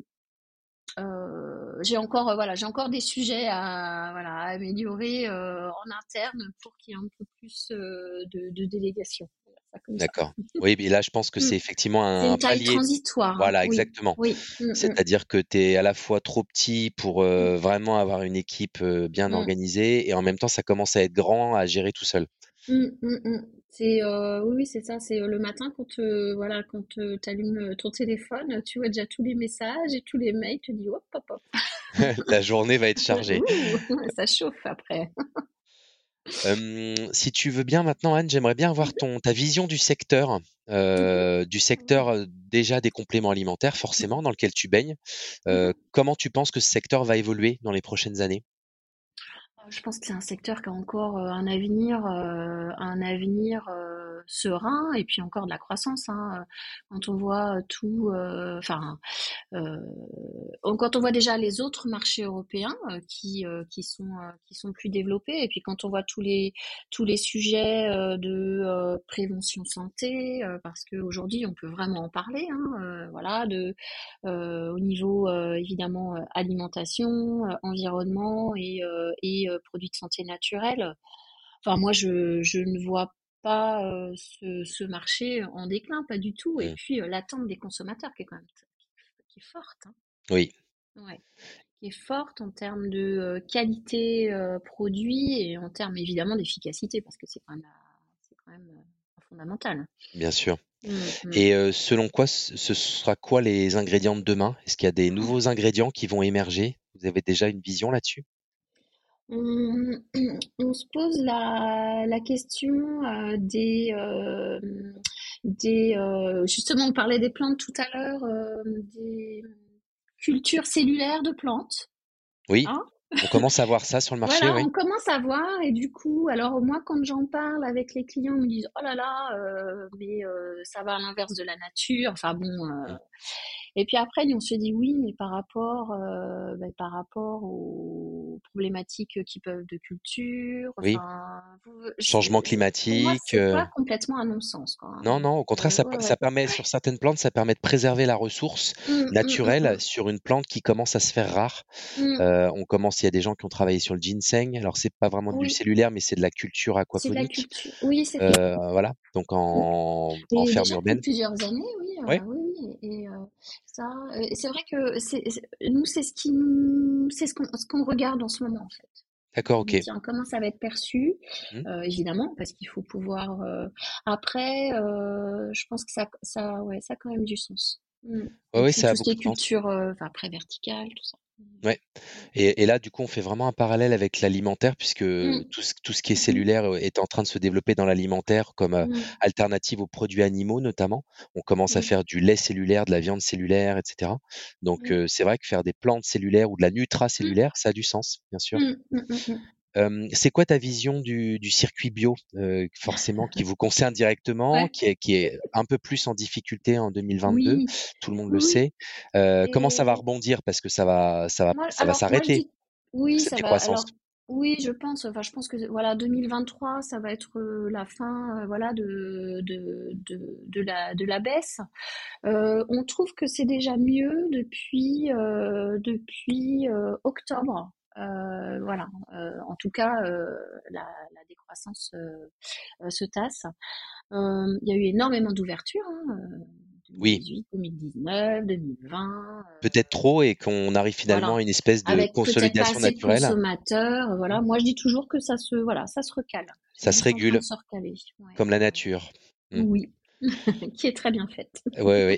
euh, j'ai encore euh, voilà j'ai encore des sujets à voilà à améliorer euh, en interne pour qu'il y ait un peu plus euh, de, de délégation. Voilà, ça comme ça. d'accord. Oui, et là, je pense que Mm. c'est effectivement C'est un un une taille palier. transitoire, hein. Voilà, Oui, exactement. oui. Mm, mm, C'est-à-dire que tu es à la fois trop petit pour, heu, vraiment avoir une équipe, heu, bien mm. organisée et en même temps, ça commence à être grand à gérer tout seul. Mmh, mmh, mmh. C'est euh, oui, oui, c'est ça. C'est euh, le matin quand euh, voilà, quand tu allumes ton téléphone, tu vois déjà tous les messages et tous les mails. Tu dis hop, hop, hop. La journée va être chargée. Ouh, ça chauffe après. Hem, si tu veux bien maintenant, Anne, j'aimerais bien avoir ton ta vision du secteur, Mhm. heu, du secteur, heu, déjà des compléments alimentaires forcément dans lequel tu baignes. Heu, Mhm. comment tu penses que ce secteur va évoluer dans les prochaines années? Je pense que c'est un secteur qui a encore euh, un avenir, euh, un avenir euh, serein et puis encore de la croissance, hein. Quand on voit tout, euh, enfin, euh, quand on voit déjà les autres marchés européens euh, qui euh, qui sont euh, qui sont plus développés et puis quand on voit tous les tous les sujets euh, de euh, prévention santé, euh, parce qu'aujourd'hui on peut vraiment en parler, hein, euh, voilà, de euh, au niveau euh, évidemment euh, alimentation, euh, environnement et euh, et euh, produits de santé naturelle. Enfin, moi, je, je ne vois pas euh, ce, ce marché en déclin, pas du tout. Et Mm. puis, euh, l'attente des consommateurs qui est quand même qui est forte, hein. Oui, Ouais. Qui est forte en termes de euh, qualité euh, produit et en termes évidemment d'efficacité, parce que c'est quand même, la- c'est quand même euh, fondamental. bien sûr. Mm, mm. Et euh, selon quoi, ce ce sera quoi les ingrédients de demain? Est-ce qu'il y a des nouveaux ingrédients qui vont émerger? Vous avez déjà une vision là-dessus? On, on se pose la, la question euh, des, euh, des euh, justement on parlait des plantes tout à l'heure, euh, des cultures cellulaires de plantes, Oui, hein. on commence à voir ça sur le marché, Voilà, oui. on commence à voir et du coup, alors moi quand j'en parle avec les clients, ils me disent oh là là, euh, mais euh, ça va à l'inverse de la nature. Enfin bon, euh, Mm. et puis après, nous, on se dit oui, mais par rapport, euh, ben, par rapport aux problématiques qui peuvent de culture, Oui, enfin, vous- je- changement je- pour moi, climatique. c'est euh, pas complètement un non-sens, quoi, Non, hein. non, au Donc, contraire, euh, ça, ouais, per- ouais. ça permet, sur certaines plantes, ça permet de préserver la ressource Hum, hum, hum, naturelle hum. sur une plante qui commence à se faire rare. Hum, Euh, on commence, il y a des gens qui ont travaillé sur le ginseng. Alors, c'est pas vraiment du oui, cellulaire, mais c'est de la culture c'est de la aquaponique. culture. Oui, c'est ça. Euh, voilà, donc Hum. en, en Et ferme déjà depuis urbaine. plusieurs années, oui, Oui, euh, oui, oui. Et, et, euh, ça, euh, c'est vrai que c'est, c'est- nous, c'est ce qui, nous- c'est ce qu'on, ce qu'on regarde en ce moment, en fait. On d'accord, se dit, ok. tiens, comment ça va être perçu? Hmm. Euh, évidemment, parce qu'il faut pouvoir. euh, Après, euh, je pense que ça, ça, ouais, ça a quand même du sens. Mm. Ouais, Et ouais, puis ça a tout ce qui beaucoup est de sens. culture, euh, enfin après verticale, tout ça. Ouais. Et, et là, du coup, on fait vraiment un parallèle avec l'alimentaire, puisque Mm. tout ce, tout ce qui est Mhm. cellulaire euh, est en train de se développer dans l'alimentaire comme euh, Mm. alternative aux produits animaux, notamment. On commence à Mm. faire du lait cellulaire, de la viande cellulaire, et cetera. Donc, Mm. euh, c'est vrai que faire des plantes cellulaires ou de la Mm. nutracellulaire, ça a du sens, bien sûr. Mm. Mm. Mm. Mm. Euh, c'est quoi ta vision du, du circuit bio, euh, forcément, qui vous concerne directement, Ouais. qui est, qui est un peu plus en difficulté en deux mille vingt-deux, Oui. tout le monde le Oui, oui. sait. Euh, comment ça va Et rebondir? Parce que ça va, ça va, moi, ça va alors, moi, je s'arrêter, dis oui, cette ça va. décroissance. Alors, oui, je pense. Enfin, je pense que voilà, deux mille vingt-trois, ça va être euh, la fin, euh, voilà, de de de de la de la baisse. Euh, on trouve que c'est déjà mieux depuis euh, depuis euh, octobre. Euh, voilà. Euh, en tout cas, euh, la, la décroissance euh, euh, se tasse. Euh, Il y a eu énormément d'ouvertures, hein, euh, Oui, deux mille dix-huit, deux mille dix-neuf, deux mille vingt. peut-être trop et qu'on arrive finalement Voilà, à une espèce de avec peut-être pas consolidation assez de naturelle. consommateurs. euh, Hmm. Voilà, moi je dis toujours que ça se, voilà, ça se recale. C'est Ça se juste en train régule de se recaler. Ouais, comme la ouais. nature. Hmm. Oui, qui est très bien faite. Ouais, ouais.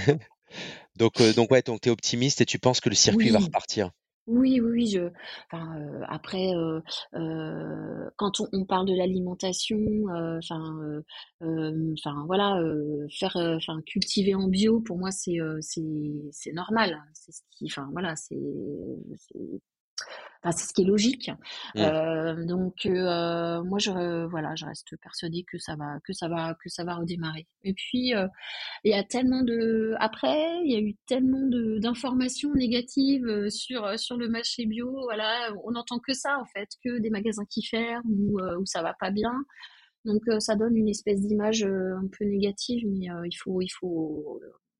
Donc, euh, donc ouais, donc t'es optimiste et tu penses que le circuit va Oui, repartir. oui, oui, oui. Je, enfin, euh, après, euh, euh, quand on, on parle de l'alimentation, euh, enfin, euh, euh, enfin, voilà, euh, faire, euh, enfin, cultiver en bio, pour moi, c'est, euh, c'est, c'est normal. C'est ce qui, enfin, voilà, c'est, c'est Enfin, c'est ce qui est logique. Hmm. Euh, donc euh, moi je voilà, je reste persuadée que ça va que ça va que ça va redémarrer. Et puis euh, il y a tellement de après, il y a eu tellement de d'informations négatives euh, sur euh, sur le marché bio, voilà, on n'entend que ça en fait, que des magasins qui ferment ou euh, où ça va pas bien. Donc euh, ça donne une espèce d'image euh, un peu négative, mais euh, il faut il faut,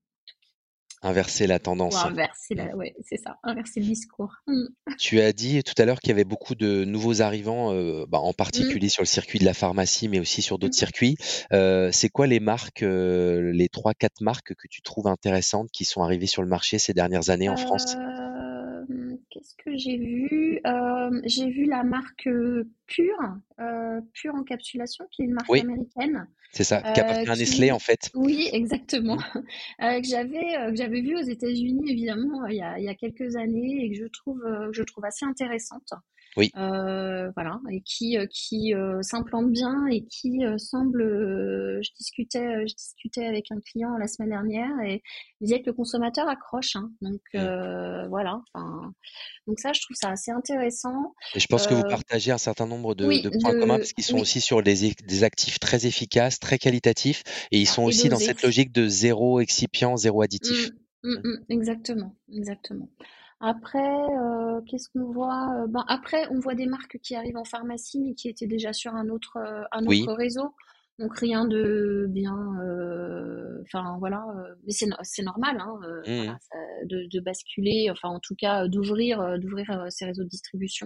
Inverser la faut tendance. inverser Hmm. la ouais, c'est ça, inverser le discours. Mm. Tu as dit tout à l'heure qu'il y avait beaucoup de nouveaux arrivants, euh, bah, en Mm. particulier sur le circuit de la pharmacie, mais aussi sur d'autres Mm. circuits. Euh, c'est quoi les marques, euh, les trois, quatre marques que tu trouves intéressantes qui sont arrivées sur le marché ces dernières années en France? Euh, qu'est-ce que j'ai vu? Euh, j'ai vu la marque euh, Pure, euh, Pure Encapsulation, qui est une marque Oui, américaine, c'est ça, qui euh, appartient à Nestlé en qui, fait. oui, exactement, Hmm. euh, que j'avais euh, que j'avais vu aux États-Unis évidemment euh, il y a, il y a quelques années et que je trouve euh, que je trouve assez intéressante. Oui. euh, voilà, et qui euh, qui euh, s'implante bien et qui euh, semble. euh, je discutais euh, je discutais avec un client la semaine dernière et il disait que le consommateur accroche, hein, donc Mm. euh, voilà. Enfin, donc ça, je trouve ça assez intéressant. Et je pense que vous Euh, partagez un certain nombre de, oui, de points communs de parce qu'ils sont oui, aussi sur des, é- des actifs très efficaces, très qualitatifs, et ils ça, sont et aussi dans doser. cette logique de zéro excipient, zéro Mm, additif. mm, Mm. mm, exactement, exactement. Après, euh, qu'est-ce qu'on voit? Euh, Ben, après, on voit des marques qui arrivent en pharmacie, mais qui étaient déjà sur un autre, euh, un Oui. autre réseau. Donc rien de bien. euh, Enfin voilà, euh, mais c'est no- c'est normal, hein, euh, voilà, Mm. ça- de, de basculer, enfin en tout cas d'ouvrir, euh, d'ouvrir euh, ces réseaux de distribution.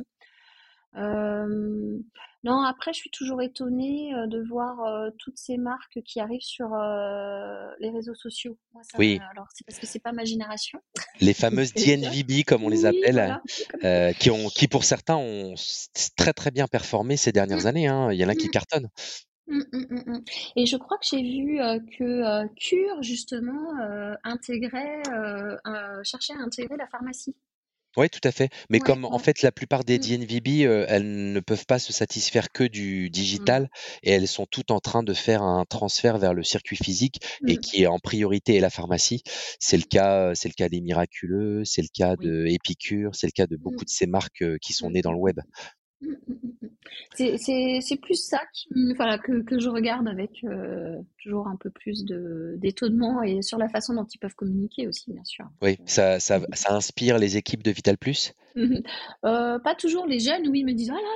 Euh, non, après, je suis toujours étonnée euh, de voir euh, toutes ces marques qui arrivent sur euh, les réseaux sociaux. Moi, ça, Oui. alors, c'est parce que c'est pas ma génération. Les Donc, fameuses euh, tu vois. D N V B, comme on les Oui, appelle, voilà. Comme- euh, qui ont, qui pour certains ont s- très très bien performé ces dernières Mm, années, hein. Il y en a qui mm, cartonnent. mm, mm, mm, mm. Et je crois que j'ai vu euh, que euh, Cure, justement, euh, intégrait, euh, euh, cherchait à intégrer la pharmacie. Oui, tout à fait. Mais Ouais, comme en ouais. fait la plupart des Mm, D N V B, euh, elles ne peuvent pas se satisfaire que du mm, digital et elles sont toutes en train de faire un transfert vers le circuit physique et mm, qui est en priorité est la pharmacie. C'est le cas, c'est le cas des Miraculeux, c'est le cas oui. de Épicure, c'est le cas de beaucoup Mm, de ces marques euh, qui sont mm, nées dans mm, le mm. web. Mmh, mmh, mmh, mmh. C'est c'est c'est plus ça qui me voilà, que que je regarde avec, heu, toujours un peu plus de d'étonnement et sur la façon dont ils peuvent communiquer aussi, bien sûr. Oui, ça, ça, Mmh ça inspire les équipes de Vital Plus. mh. Heu, pas toujours les jeunes, oui, ils me disent: «Oh là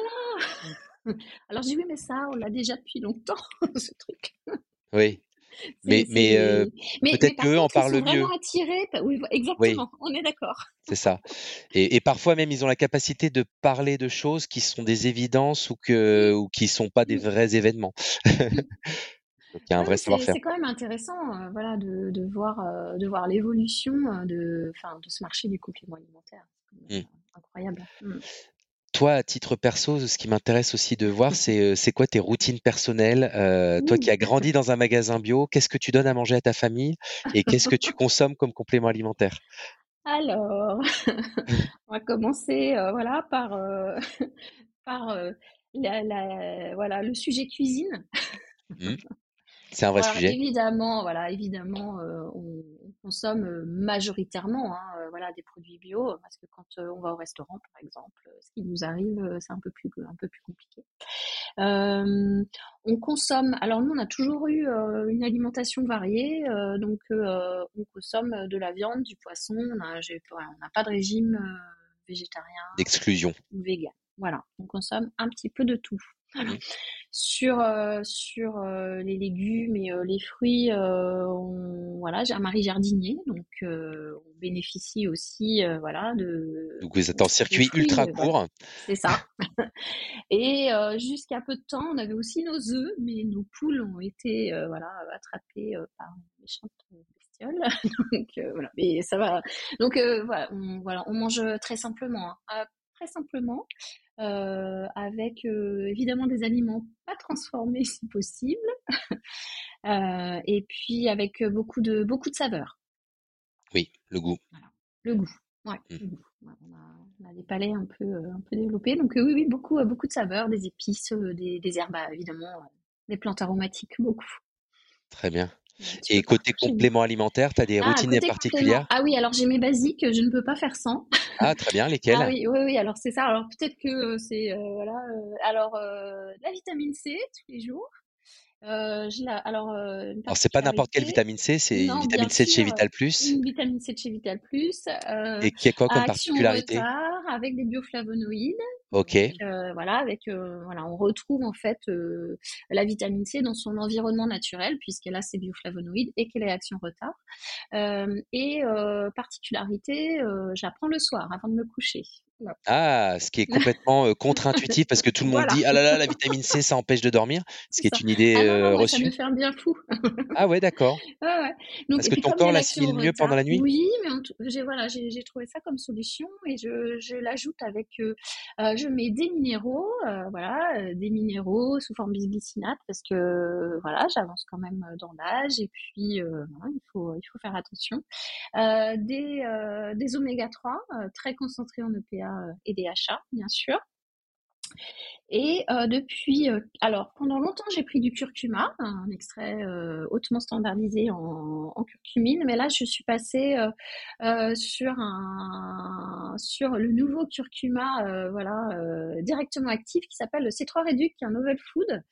là!» Alors je dis: «Oui, mais ça, on l'a déjà depuis longtemps, ce truc». Oui, C'est mais mais euh, c'est mais mais peut-être par qu'eux en contre, ils sont parlent vraiment mieux. attirés pa oui, Oui, exactement, on est d'accord. c'est ça. Et, et parfois même, ils ont la capacité de parler de choses qui sont des évidences ou que Mmh, ou qui sont pas des mmh, vrais événements. mmh. Donc il y a un Ouais, vrai mais c'est savoir-faire. c'est quand même intéressant, euh, voilà, de, de voir euh, de voir l'évolution euh, de enfin de ce marché du complément alimentaire. C'est quand Mm. même euh, incroyable. Mm. Toi, à titre perso, ce qui m'intéresse aussi de voir, c'est euh, c'est quoi tes routines personnelles. Euh, toi qui Ouh. as grandi dans un magasin bio, qu'est-ce que tu donnes à manger à ta famille et qu'est-ce que tu consommes comme complément alimentaire? Alors, on va commencer euh, voilà par euh, par euh, la, la- voilà le sujet cuisine. Mm. C'est un Bon, vrai alors sujet. évidemment, voilà, évidemment, euh, on, on consomme euh, majoritairement, hein, euh, voilà, des produits bio, parce que quand euh, on va au restaurant, par exemple, euh, ce qui nous arrive, euh, c'est un peu plus un peu plus compliqué. Euh, on consomme, alors nous, on a toujours eu euh, une alimentation variée, euh, donc euh, on consomme de la viande, du poisson, on a, j'ai- ouais, on n'a pas de régime euh, végétarien D'exclusion. ou vegan. Voilà, on consomme un petit peu de tout. Voilà. Mm. Sur, euh, sur euh, les légumes et euh, les fruits, euh, on, voilà, j'ai un mari jardinier, donc euh, on bénéficie aussi, euh, voilà, de, Donc vous êtes en de circuit ultra fruits, euh, voilà, court. c'est ça. Et euh, jusqu'à peu de temps, on avait aussi nos œufs, mais nos poules ont été, euh, voilà, attrapées euh, par une méchante bestiole. Donc euh, voilà, mais ça va. Donc euh, voilà, on, voilà, on mange très simplement, hein. Ah, très simplement, euh, avec euh, évidemment des aliments pas transformés si possible, euh, et puis avec beaucoup de beaucoup de saveurs. Oui, le goût. Voilà. Le goût. Ouais, Mm. le goût. Ouais, on a, on a des palais un peu, euh, un peu développés. Donc euh, oui, oui, beaucoup, euh, beaucoup de saveurs, des épices, euh, des, des herbes, bah, évidemment, euh, des plantes aromatiques, beaucoup. Très bien. Un petit Et peu côté partout chez nous. complément alimentaire, tu as des Ah, routines côté complément. particulières? Ah oui, alors j'ai mes basiques, je ne peux pas faire sans. Ah, très bien, Ah lesquelles? oui, oui, oui, alors c'est ça. Alors peut-être que euh, c'est, euh, voilà. euh, alors, euh, la vitamine C tous les jours. Euh, je la, alors, euh, une Alors c'est pas n'importe quelle particularité. vitamine C, c'est une Non, bien vitamine C de chez sûr, Vital Plus. une vitamine C de chez Vital Plus, euh, Et qui a quoi à comme action particularité? retard avec des bioflavonoïdes. Ok, Donc euh, voilà, avec euh, voilà, on retrouve en fait euh, la vitamine C dans son environnement naturel puisqu'elle a ses bioflavonoïdes et qu'elle est à action retard. Euh, et euh, particularité, euh, je la prends le soir avant de me coucher. Voilà. ah, ce qui est complètement euh, contre-intuitif parce que tout le monde Voilà, dit ah là là, la vitamine C, ça empêche de dormir, ce c'est qui est ça. une idée Ah non, non, euh, moi ça me reçue. fait un bien fou. Ah ouais, d'accord. Ouais, ouais. Donc, Parce et que puis ton comme il y corps a l'action l'assimile mieux pendant retard, la nuit? oui, mais en tout- j'ai voilà, j'ai j'ai trouvé ça comme solution et je, je l'ajoute avec, euh, euh, je mets des minéraux, euh, voilà, euh, des minéraux sous forme bisglycinate parce que euh, voilà, j'avance quand même euh, dans l'âge et puis euh, voilà, il faut il faut faire attention. Euh, des euh, des oméga trois euh, très concentrés en E P A euh, et D H A bien sûr. Et euh, depuis, euh, alors pendant longtemps j'ai pris du curcuma, un extrait euh, hautement standardisé en, en curcumine, mais là je suis passée euh, euh, sur un sur le nouveau curcuma, euh, voilà, euh, directement actif qui s'appelle le C trois Reduc, qui est un novel food,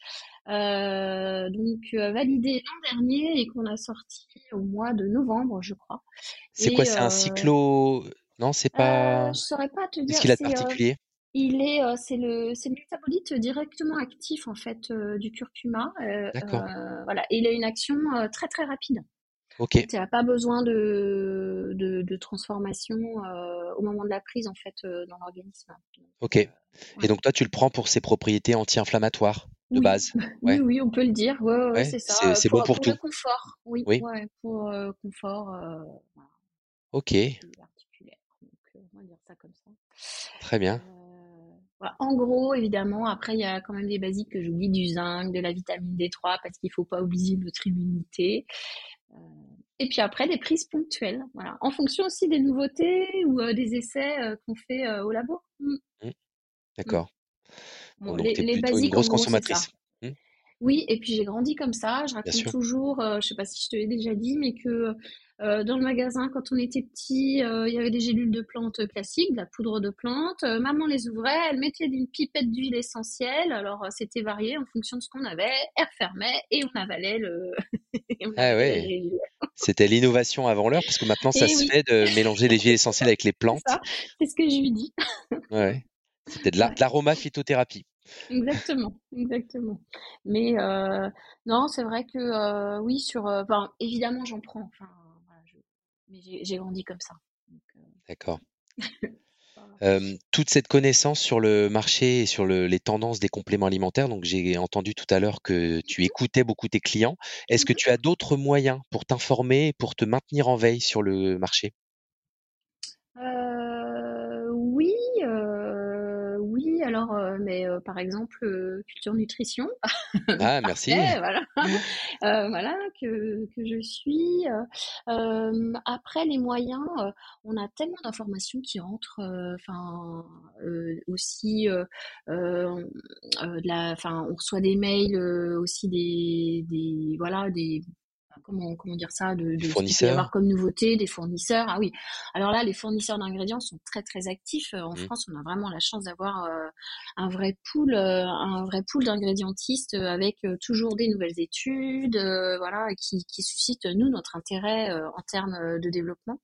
euh, donc euh, validé l'an dernier et qu'on a sorti au mois de novembre, je crois. C'est quoi? Et C'est un euh, cyclo... Non, c'est euh, pas... je saurais pas te Qu'est-ce dire, qu'il a de c'est euh, particulier? il est, euh, c'est le, c'est le métabolite directement actif en fait euh, du curcuma. Euh, D'accord. euh, voilà, et il a une action euh, très très rapide. Ok, Donc tu n'as pas besoin de, de, de transformation euh, au moment de la prise en fait euh, dans l'organisme. Donc, ok. euh, Et ouais. donc toi, tu le prends pour ses propriétés anti-inflammatoires de Oui, base? oui, Ouais, oui, on peut le dire. Ouais, ouais, ouais, ouais, c'est ça. c'est euh, c'est bon Pour, pour pour tout. le confort, oui, Oui, ouais, pour euh, confort euh, voilà, ok, arti- articulaire. Donc, euh, on va dire ça comme ça. très bien. Euh, voilà. En gros, évidemment, après, il y a quand même des basiques que j'oublie, du zinc, de la vitamine D trois, parce qu'il faut pas oublier notre immunité. Euh, et puis après, des prises ponctuelles, voilà, en fonction aussi des nouveautés ou euh, des essais euh, qu'on fait euh, au labo. Mm, Hmm, mm. d'accord. Bon, Bon, donc les, tu es les plutôt une basiques, en grosse gros, c'est ça. consommatrice. Hmm, Oui, et puis j'ai grandi comme ça. Je bien raconte sûr. toujours, euh, je sais pas si je te l'ai déjà dit, mais que euh, dans le magasin, quand on était petit, euh, il y avait des gélules de plantes classiques, de la poudre de plantes. Euh, maman les ouvrait, elle mettait une pipette d'huile essentielle. Alors euh, c'était varié en fonction de ce qu'on avait. Elle refermait et on avalait le, et on Ah avalait la ouais, gélule. c'était l'innovation avant l'heure, parce que maintenant, ça Et se oui, fait de mélanger les huiles essentielles avec les c'est plantes. ça, c'est ce que je lui dis. Ouais, ouais. C'était de la- de Ouais. l'aromaphytothérapie. Exactement, exactement. Mais euh, non, c'est vrai que euh, oui, sur, euh, enfin, évidemment, j'en prends. Enfin, voilà, je- mais j'ai j'ai grandi comme ça. Donc, euh, D'accord. voilà. Euh, toute cette connaissance sur le marché et sur le- les tendances des compléments alimentaires, donc j'ai entendu tout à l'heure que tu écoutais beaucoup tes clients. Est-ce que Mhm. tu as d'autres moyens pour t'informer et pour te maintenir en veille sur le marché? Euh, oui, euh, oui. Alors, euh, mais euh, par exemple, euh, culture nutrition, Ah, merci. parfait, voilà, Euh, voilà que que je suis. Euh, euh, après, les moyens, euh, on a tellement d'informations qui entrent. euh, Enfin, euh, aussi, euh, euh, euh, de la, enfin, on reçoit des mails euh, aussi des des voilà des comment, comment dire ça, de, Les de ce qu'il peut y fournisseurs? avoir comme nouveauté, des fournisseurs. Ah oui, alors là, les fournisseurs d'ingrédients sont très très actifs. Euh, En Hmm. France, on a vraiment la chance d'avoir euh, un vrai pool, euh, un vrai pool d'ingrédientistes euh, avec euh, toujours des nouvelles études, euh, voilà, qui, qui suscitent nous notre intérêt euh, en termes euh, de développement.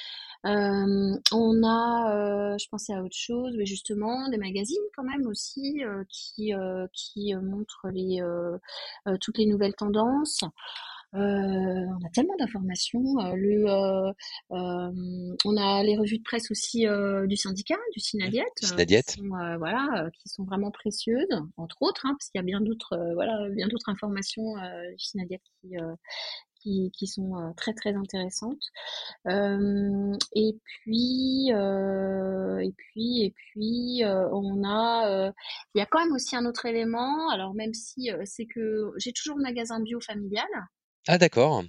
Euh, on a, euh, je pensais à autre chose, mais justement des magazines quand même aussi euh, qui euh, qui euh, montrent les euh, euh, toutes les nouvelles tendances. Euh, on a tellement d'informations. Euh, le, euh, euh, on a les revues de presse aussi euh, du syndicat, du Hmm. Synadiet, Du euh, qui Synadiète? sont euh, voilà, euh, qui sont vraiment précieuses, entre autres, hein, parce qu'il y a bien d'autres, euh, voilà, bien d'autres informations euh, du Synadiet qui, euh, qui, qui sont euh, très très intéressantes. Euh, et puis, euh, et puis, et puis, euh, on a, euh, il y a quand même aussi un autre élément. Alors même si euh, c'est que j'ai toujours le magasin bio familial. Ah, d'accord.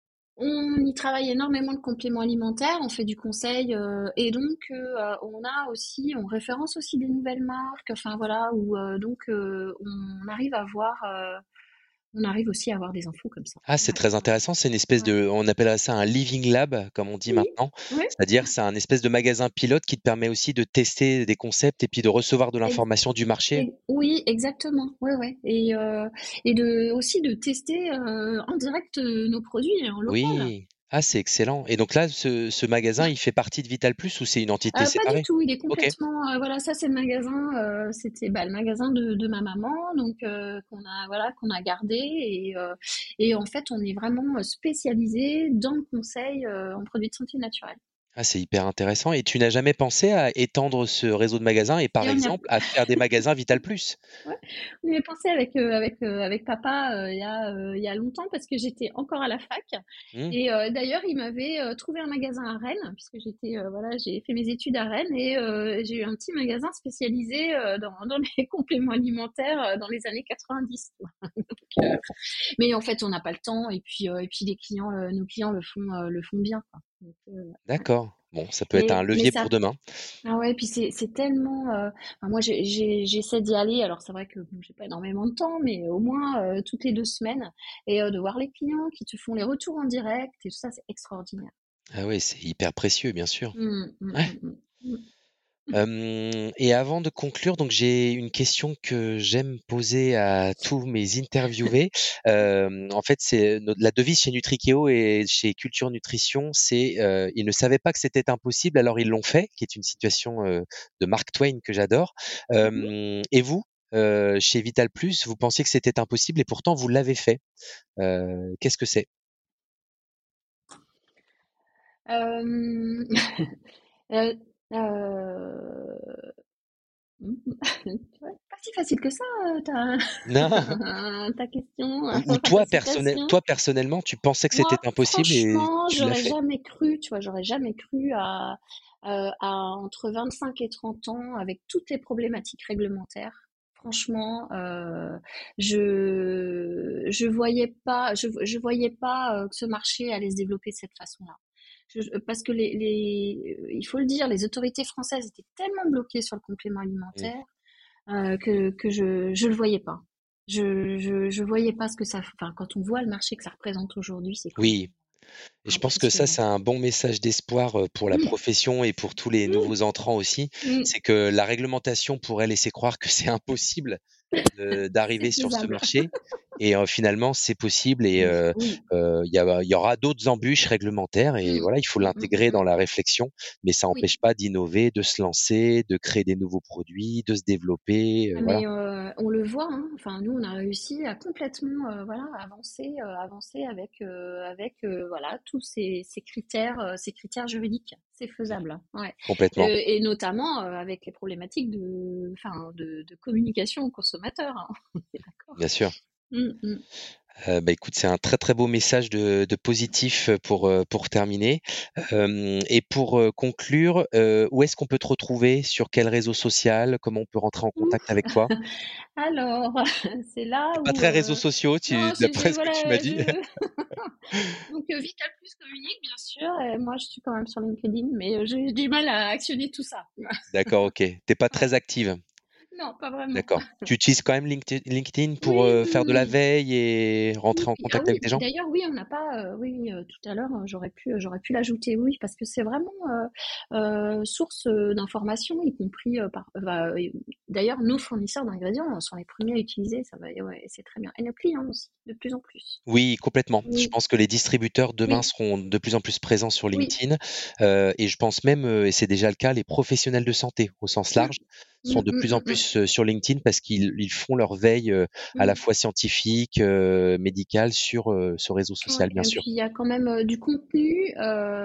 On y travaille énormément de compléments alimentaires, on fait du conseil euh, et donc euh, on a aussi, on référence aussi des nouvelles marques, enfin voilà, où euh, donc euh, on arrive à voir, euh, on arrive aussi à avoir des infos comme ça. Ah, c'est Ouais, très ouais, intéressant. C'est une espèce ouais. de, on appellerait ça un living lab, comme on dit Oui, maintenant. oui, C'est-à-dire, c'est un espèce de magasin pilote qui te permet aussi de tester des concepts et puis de recevoir de ex- l'information du marché. ex- oui, exactement. Ouais, ouais. Et euh, et de aussi de tester euh, en direct euh, nos produits en local. Oui. Ah, c'est excellent. Et donc là, ce, ce magasin, il fait partie de Vital Plus ou c'est une entité Euh, pas du séparée? tout, il est Ok. complètement. Euh, voilà, ça c'est le magasin. Euh, c'était bah, le magasin de, de ma maman, donc euh, qu'on a voilà qu'on a gardé et euh, et en fait on est vraiment spécialisé dans le conseil euh, en produits de santé naturelle. Ah, c'est hyper intéressant. Et tu n'as jamais pensé à étendre ce réseau de magasins et par Et on y a exemple à faire des magasins Vital Plus? Ouais, on y avait pensé avec, euh, avec, euh, avec papa euh, il y a, euh, il y a longtemps parce que j'étais encore à la fac. Hmm. Et euh, d'ailleurs, il m'avait euh, trouvé un magasin à Rennes, puisque j'étais, euh, voilà, j'ai fait mes études à Rennes et euh, j'ai eu un petit magasin spécialisé euh, dans, dans les compléments alimentaires euh, dans les années quatre-vingt-dix. Donc, euh, mais en fait, on n'a pas le temps et puis, euh, et puis les clients, euh, nos clients le font, euh, le font bien, quoi. Donc, euh, ouais. D'accord. Bon, ça peut être Mais, un mais levier ça, pour demain. ah ouais, puis c'est c'est tellement. euh, enfin, moi, j'ai, j'ai- j'essaie d'y aller. Alors, c'est vrai que bon, j'ai pas énormément de temps, mais au moins euh, toutes les deux semaines. Et euh, de voir les clients qui te font les retours en direct et tout ça, c'est extraordinaire. Ah oui, c'est hyper précieux, bien sûr. Mm, mm, Ouais. mm, mm, mm. Hem et avant de conclure, donc j'ai une question que j'aime poser à tous mes interviewés. Hem, en fait, c'est notre la devise chez Nutrikeo et chez Culture Nutrition, c'est, heu, ils ne savaient pas que c'était impossible, alors ils l'ont fait, qui est une situation, heu, de Mark Twain que j'adore. Mhm. Hem et vous, heu, chez Vital Plus, vous pensiez que c'était impossible et pourtant vous l'avez fait. Heu, qu'est-ce que c'est? Euh, euh, euh, ouais, pas si facile que ça, euh, ta, Non? ta question, Ou ou enfin ta toi personnel citation. toi personnellement, tu pensais que c'était Moi, impossible et franchement, tu l'as j'aurais fait? jamais cru, tu vois, j'aurais jamais cru à, euh, à entre vingt-cinq et trente ans, avec toutes les problématiques réglementaires. Franchement, euh, je je voyais pas, je, je voyais pas euh, que ce marché allait se développer de cette façon-là. Je- parce que les, les, il faut le dire, les autorités françaises étaient tellement bloquées sur le complément Mmh. alimentaire euh, que, que je je le voyais pas. Je, je je voyais pas ce que ça. Enfin, quand on voit le marché que ça représente aujourd'hui, c'est quand même Oui. Et je pense que ça, impressionnant. c'est un bon message d'espoir euh, pour la Mm, profession et pour tous les mm, nouveaux entrants aussi. mm. C'est que la réglementation pourrait laisser croire que c'est impossible de- C'est d'arriver sur ce faisable. marché. Et euh, finalement, c'est possible et Oui, euh, oui. euh, il y, a- il y aura d'autres embûches réglementaires et Mm, voilà, il faut mm, mm, l'intégrer dans mm. la réflexion, mais ça Oui. n'empêche pas d'innover, de se lancer, de créer des nouveaux produits, de se développer. Euh, Ah, voilà, mais euh, on le voit, hein. Enfin, nous, on a réussi à complètement, euh, voilà, avancer, euh, avancer avec, euh, avec, euh, voilà, tous ces, ces critères, euh, ces critères juridiques. C'est faisable, hein. Ouais. complètement, Euh, et notamment euh, avec les problématiques de, enfin, de, de communication aux consommateurs, hein. On est d'accord. bien sûr. Mm, mm. Heu, bah, écoute, c'est un très, très beau message de de positif, pour, heu, pour terminer. Hem et pour, heu, conclure, heu, où est-ce qu'on peut te retrouver? Sur quel réseau social? Comment on peut rentrer en contact Ouf. avec toi? Alors, c'est là Tu pas où, très réseaux euh, sociaux, tu non, c'est, c'est- d'après ce que tu m'as voilà, dit. je, donc euh, Vital Plus communique, bien sûr, et moi, je suis quand même sur LinkedIn, mais euh, j'ai du mal à actionner tout ça. D'accord, OK. Tu pas Ouais. très active? Non, pas vraiment. D'accord. Tu utilises quand même LinkedIn LinkedIn pour, Oui, heu, oui, faire de la oui. veille et Oui, rentrer en ah contact avec oui, des gens? d'ailleurs, oui, on n'a pas, euh, oui, oui, euh, tout à l'heure, euh, j'aurais pu, euh, j'aurais pu l'ajouter, oui, parce que c'est vraiment euh, euh, source euh, d'informations, y compris euh, par, bah, euh, d'ailleurs, nos fournisseurs d'ingrédients sont les premiers à utiliser, ça va, et ouais, c'est très bien. Et nos clients aussi, de plus en plus. Oui, complètement. Je Oui, pense que les distributeurs demain oui, seront de plus en plus présents sur oui. LinkedIn, heu et je pense même, heu et c'est déjà le cas, les professionnels de santé au sens Mm, large sont mm, de mm, plus en mm, plus, heu, sur LinkedIn parce qu'ils ils font leur veille, heu, à la mm. fois scientifique, heu, médicale sur, heu, ce réseau Ouais, social, bien et sûr. puis il y a quand même euh, du contenu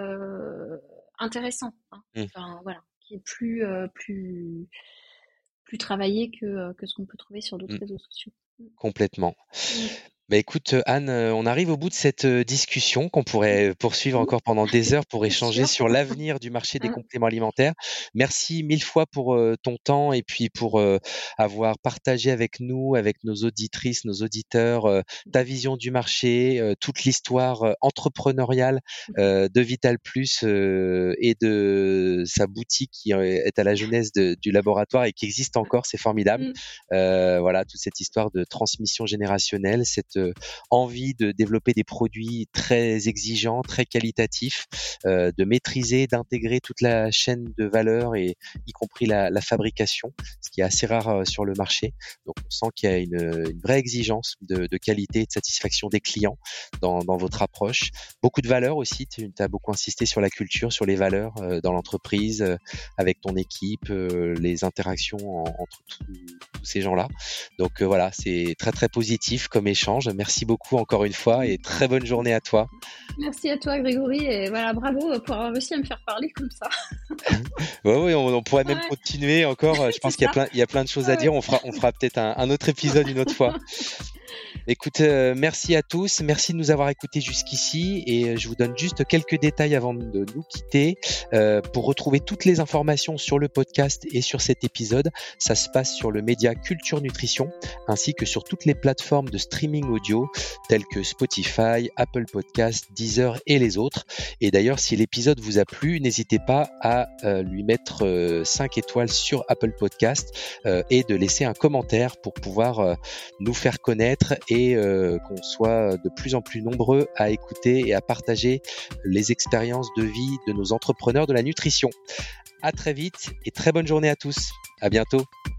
euh, intéressant, hein. Mmh, Enfin, voilà, qui est plus, euh, plus, plus travaillé que, euh, que ce qu'on peut trouver sur d'autres mmh, réseaux sociaux. complètement. Mm. Bah, écoute, heu, Anne, heu, on arrive au bout de cette, heu, discussion qu'on Mm. pourrait poursuivre Mm. encore pendant des heures pour C'est échanger sûr. sur l'avenir du marché des Hein. compléments alimentaires. Merci mille fois pour, heu, ton temps et puis pour, heu, avoir partagé avec nous, avec nos auditrices, nos auditeurs, heu, ta vision du marché, heu, toute l'histoire, heu, entrepreneuriale, heu, de Vital Plus, heu et de sa boutique qui, heu, est à la genèse de du laboratoire et qui existe encore, c'est formidable. Mm. Heu, voilà, toute cette histoire de transmission générationnelle, cette, heu, envie de développer des produits très exigeants, très qualitatifs, heu, de maîtriser, d'intégrer toute la chaîne de valeur et y compris la la fabrication, ce qui est assez rare, heu, sur le marché. Donc on sent qu'il y a une, une vraie exigence de de qualité et de satisfaction des clients dans dans votre approche. Beaucoup de valeurs aussi, tu as beaucoup insisté sur la culture, sur les valeurs, heu, dans l'entreprise, heu, avec ton équipe, heu, les interactions en entre tous tous ces gens-là. Donc, heu, voilà, c'est très, très positif comme échange. Merci beaucoup encore une fois et très bonne journée à toi. Merci à toi, Grégory, et voilà, bravo pour avoir réussi à me faire parler comme ça. Ouais, ouais, on on pourrait même Ouais, continuer encore, heu, je c'est pense qu'il y a ça. plein il y a plein de choses Ah à ouais. dire. On fera on fera peut-être un un autre épisode une autre fois. Écoute, euh, merci à tous, merci de nous avoir écoutés jusqu'ici et je vous donne juste quelques détails avant de nous quitter. Euh, pour retrouver toutes les informations sur le podcast et sur cet épisode, ça se passe sur le média Culture Nutrition ainsi que sur toutes les plateformes de streaming audio telles que Spotify, Apple Podcasts, Deezer et les autres. Et d'ailleurs, si l'épisode vous a plu, n'hésitez pas à euh, lui mettre euh, cinq étoiles sur Apple Podcasts euh, et de laisser un commentaire pour pouvoir euh, nous faire connaître et et euh, qu'on soit de plus en plus nombreux à écouter et à partager les expériences de vie de nos entrepreneurs de la nutrition. À très vite et très bonne journée à tous. À bientôt.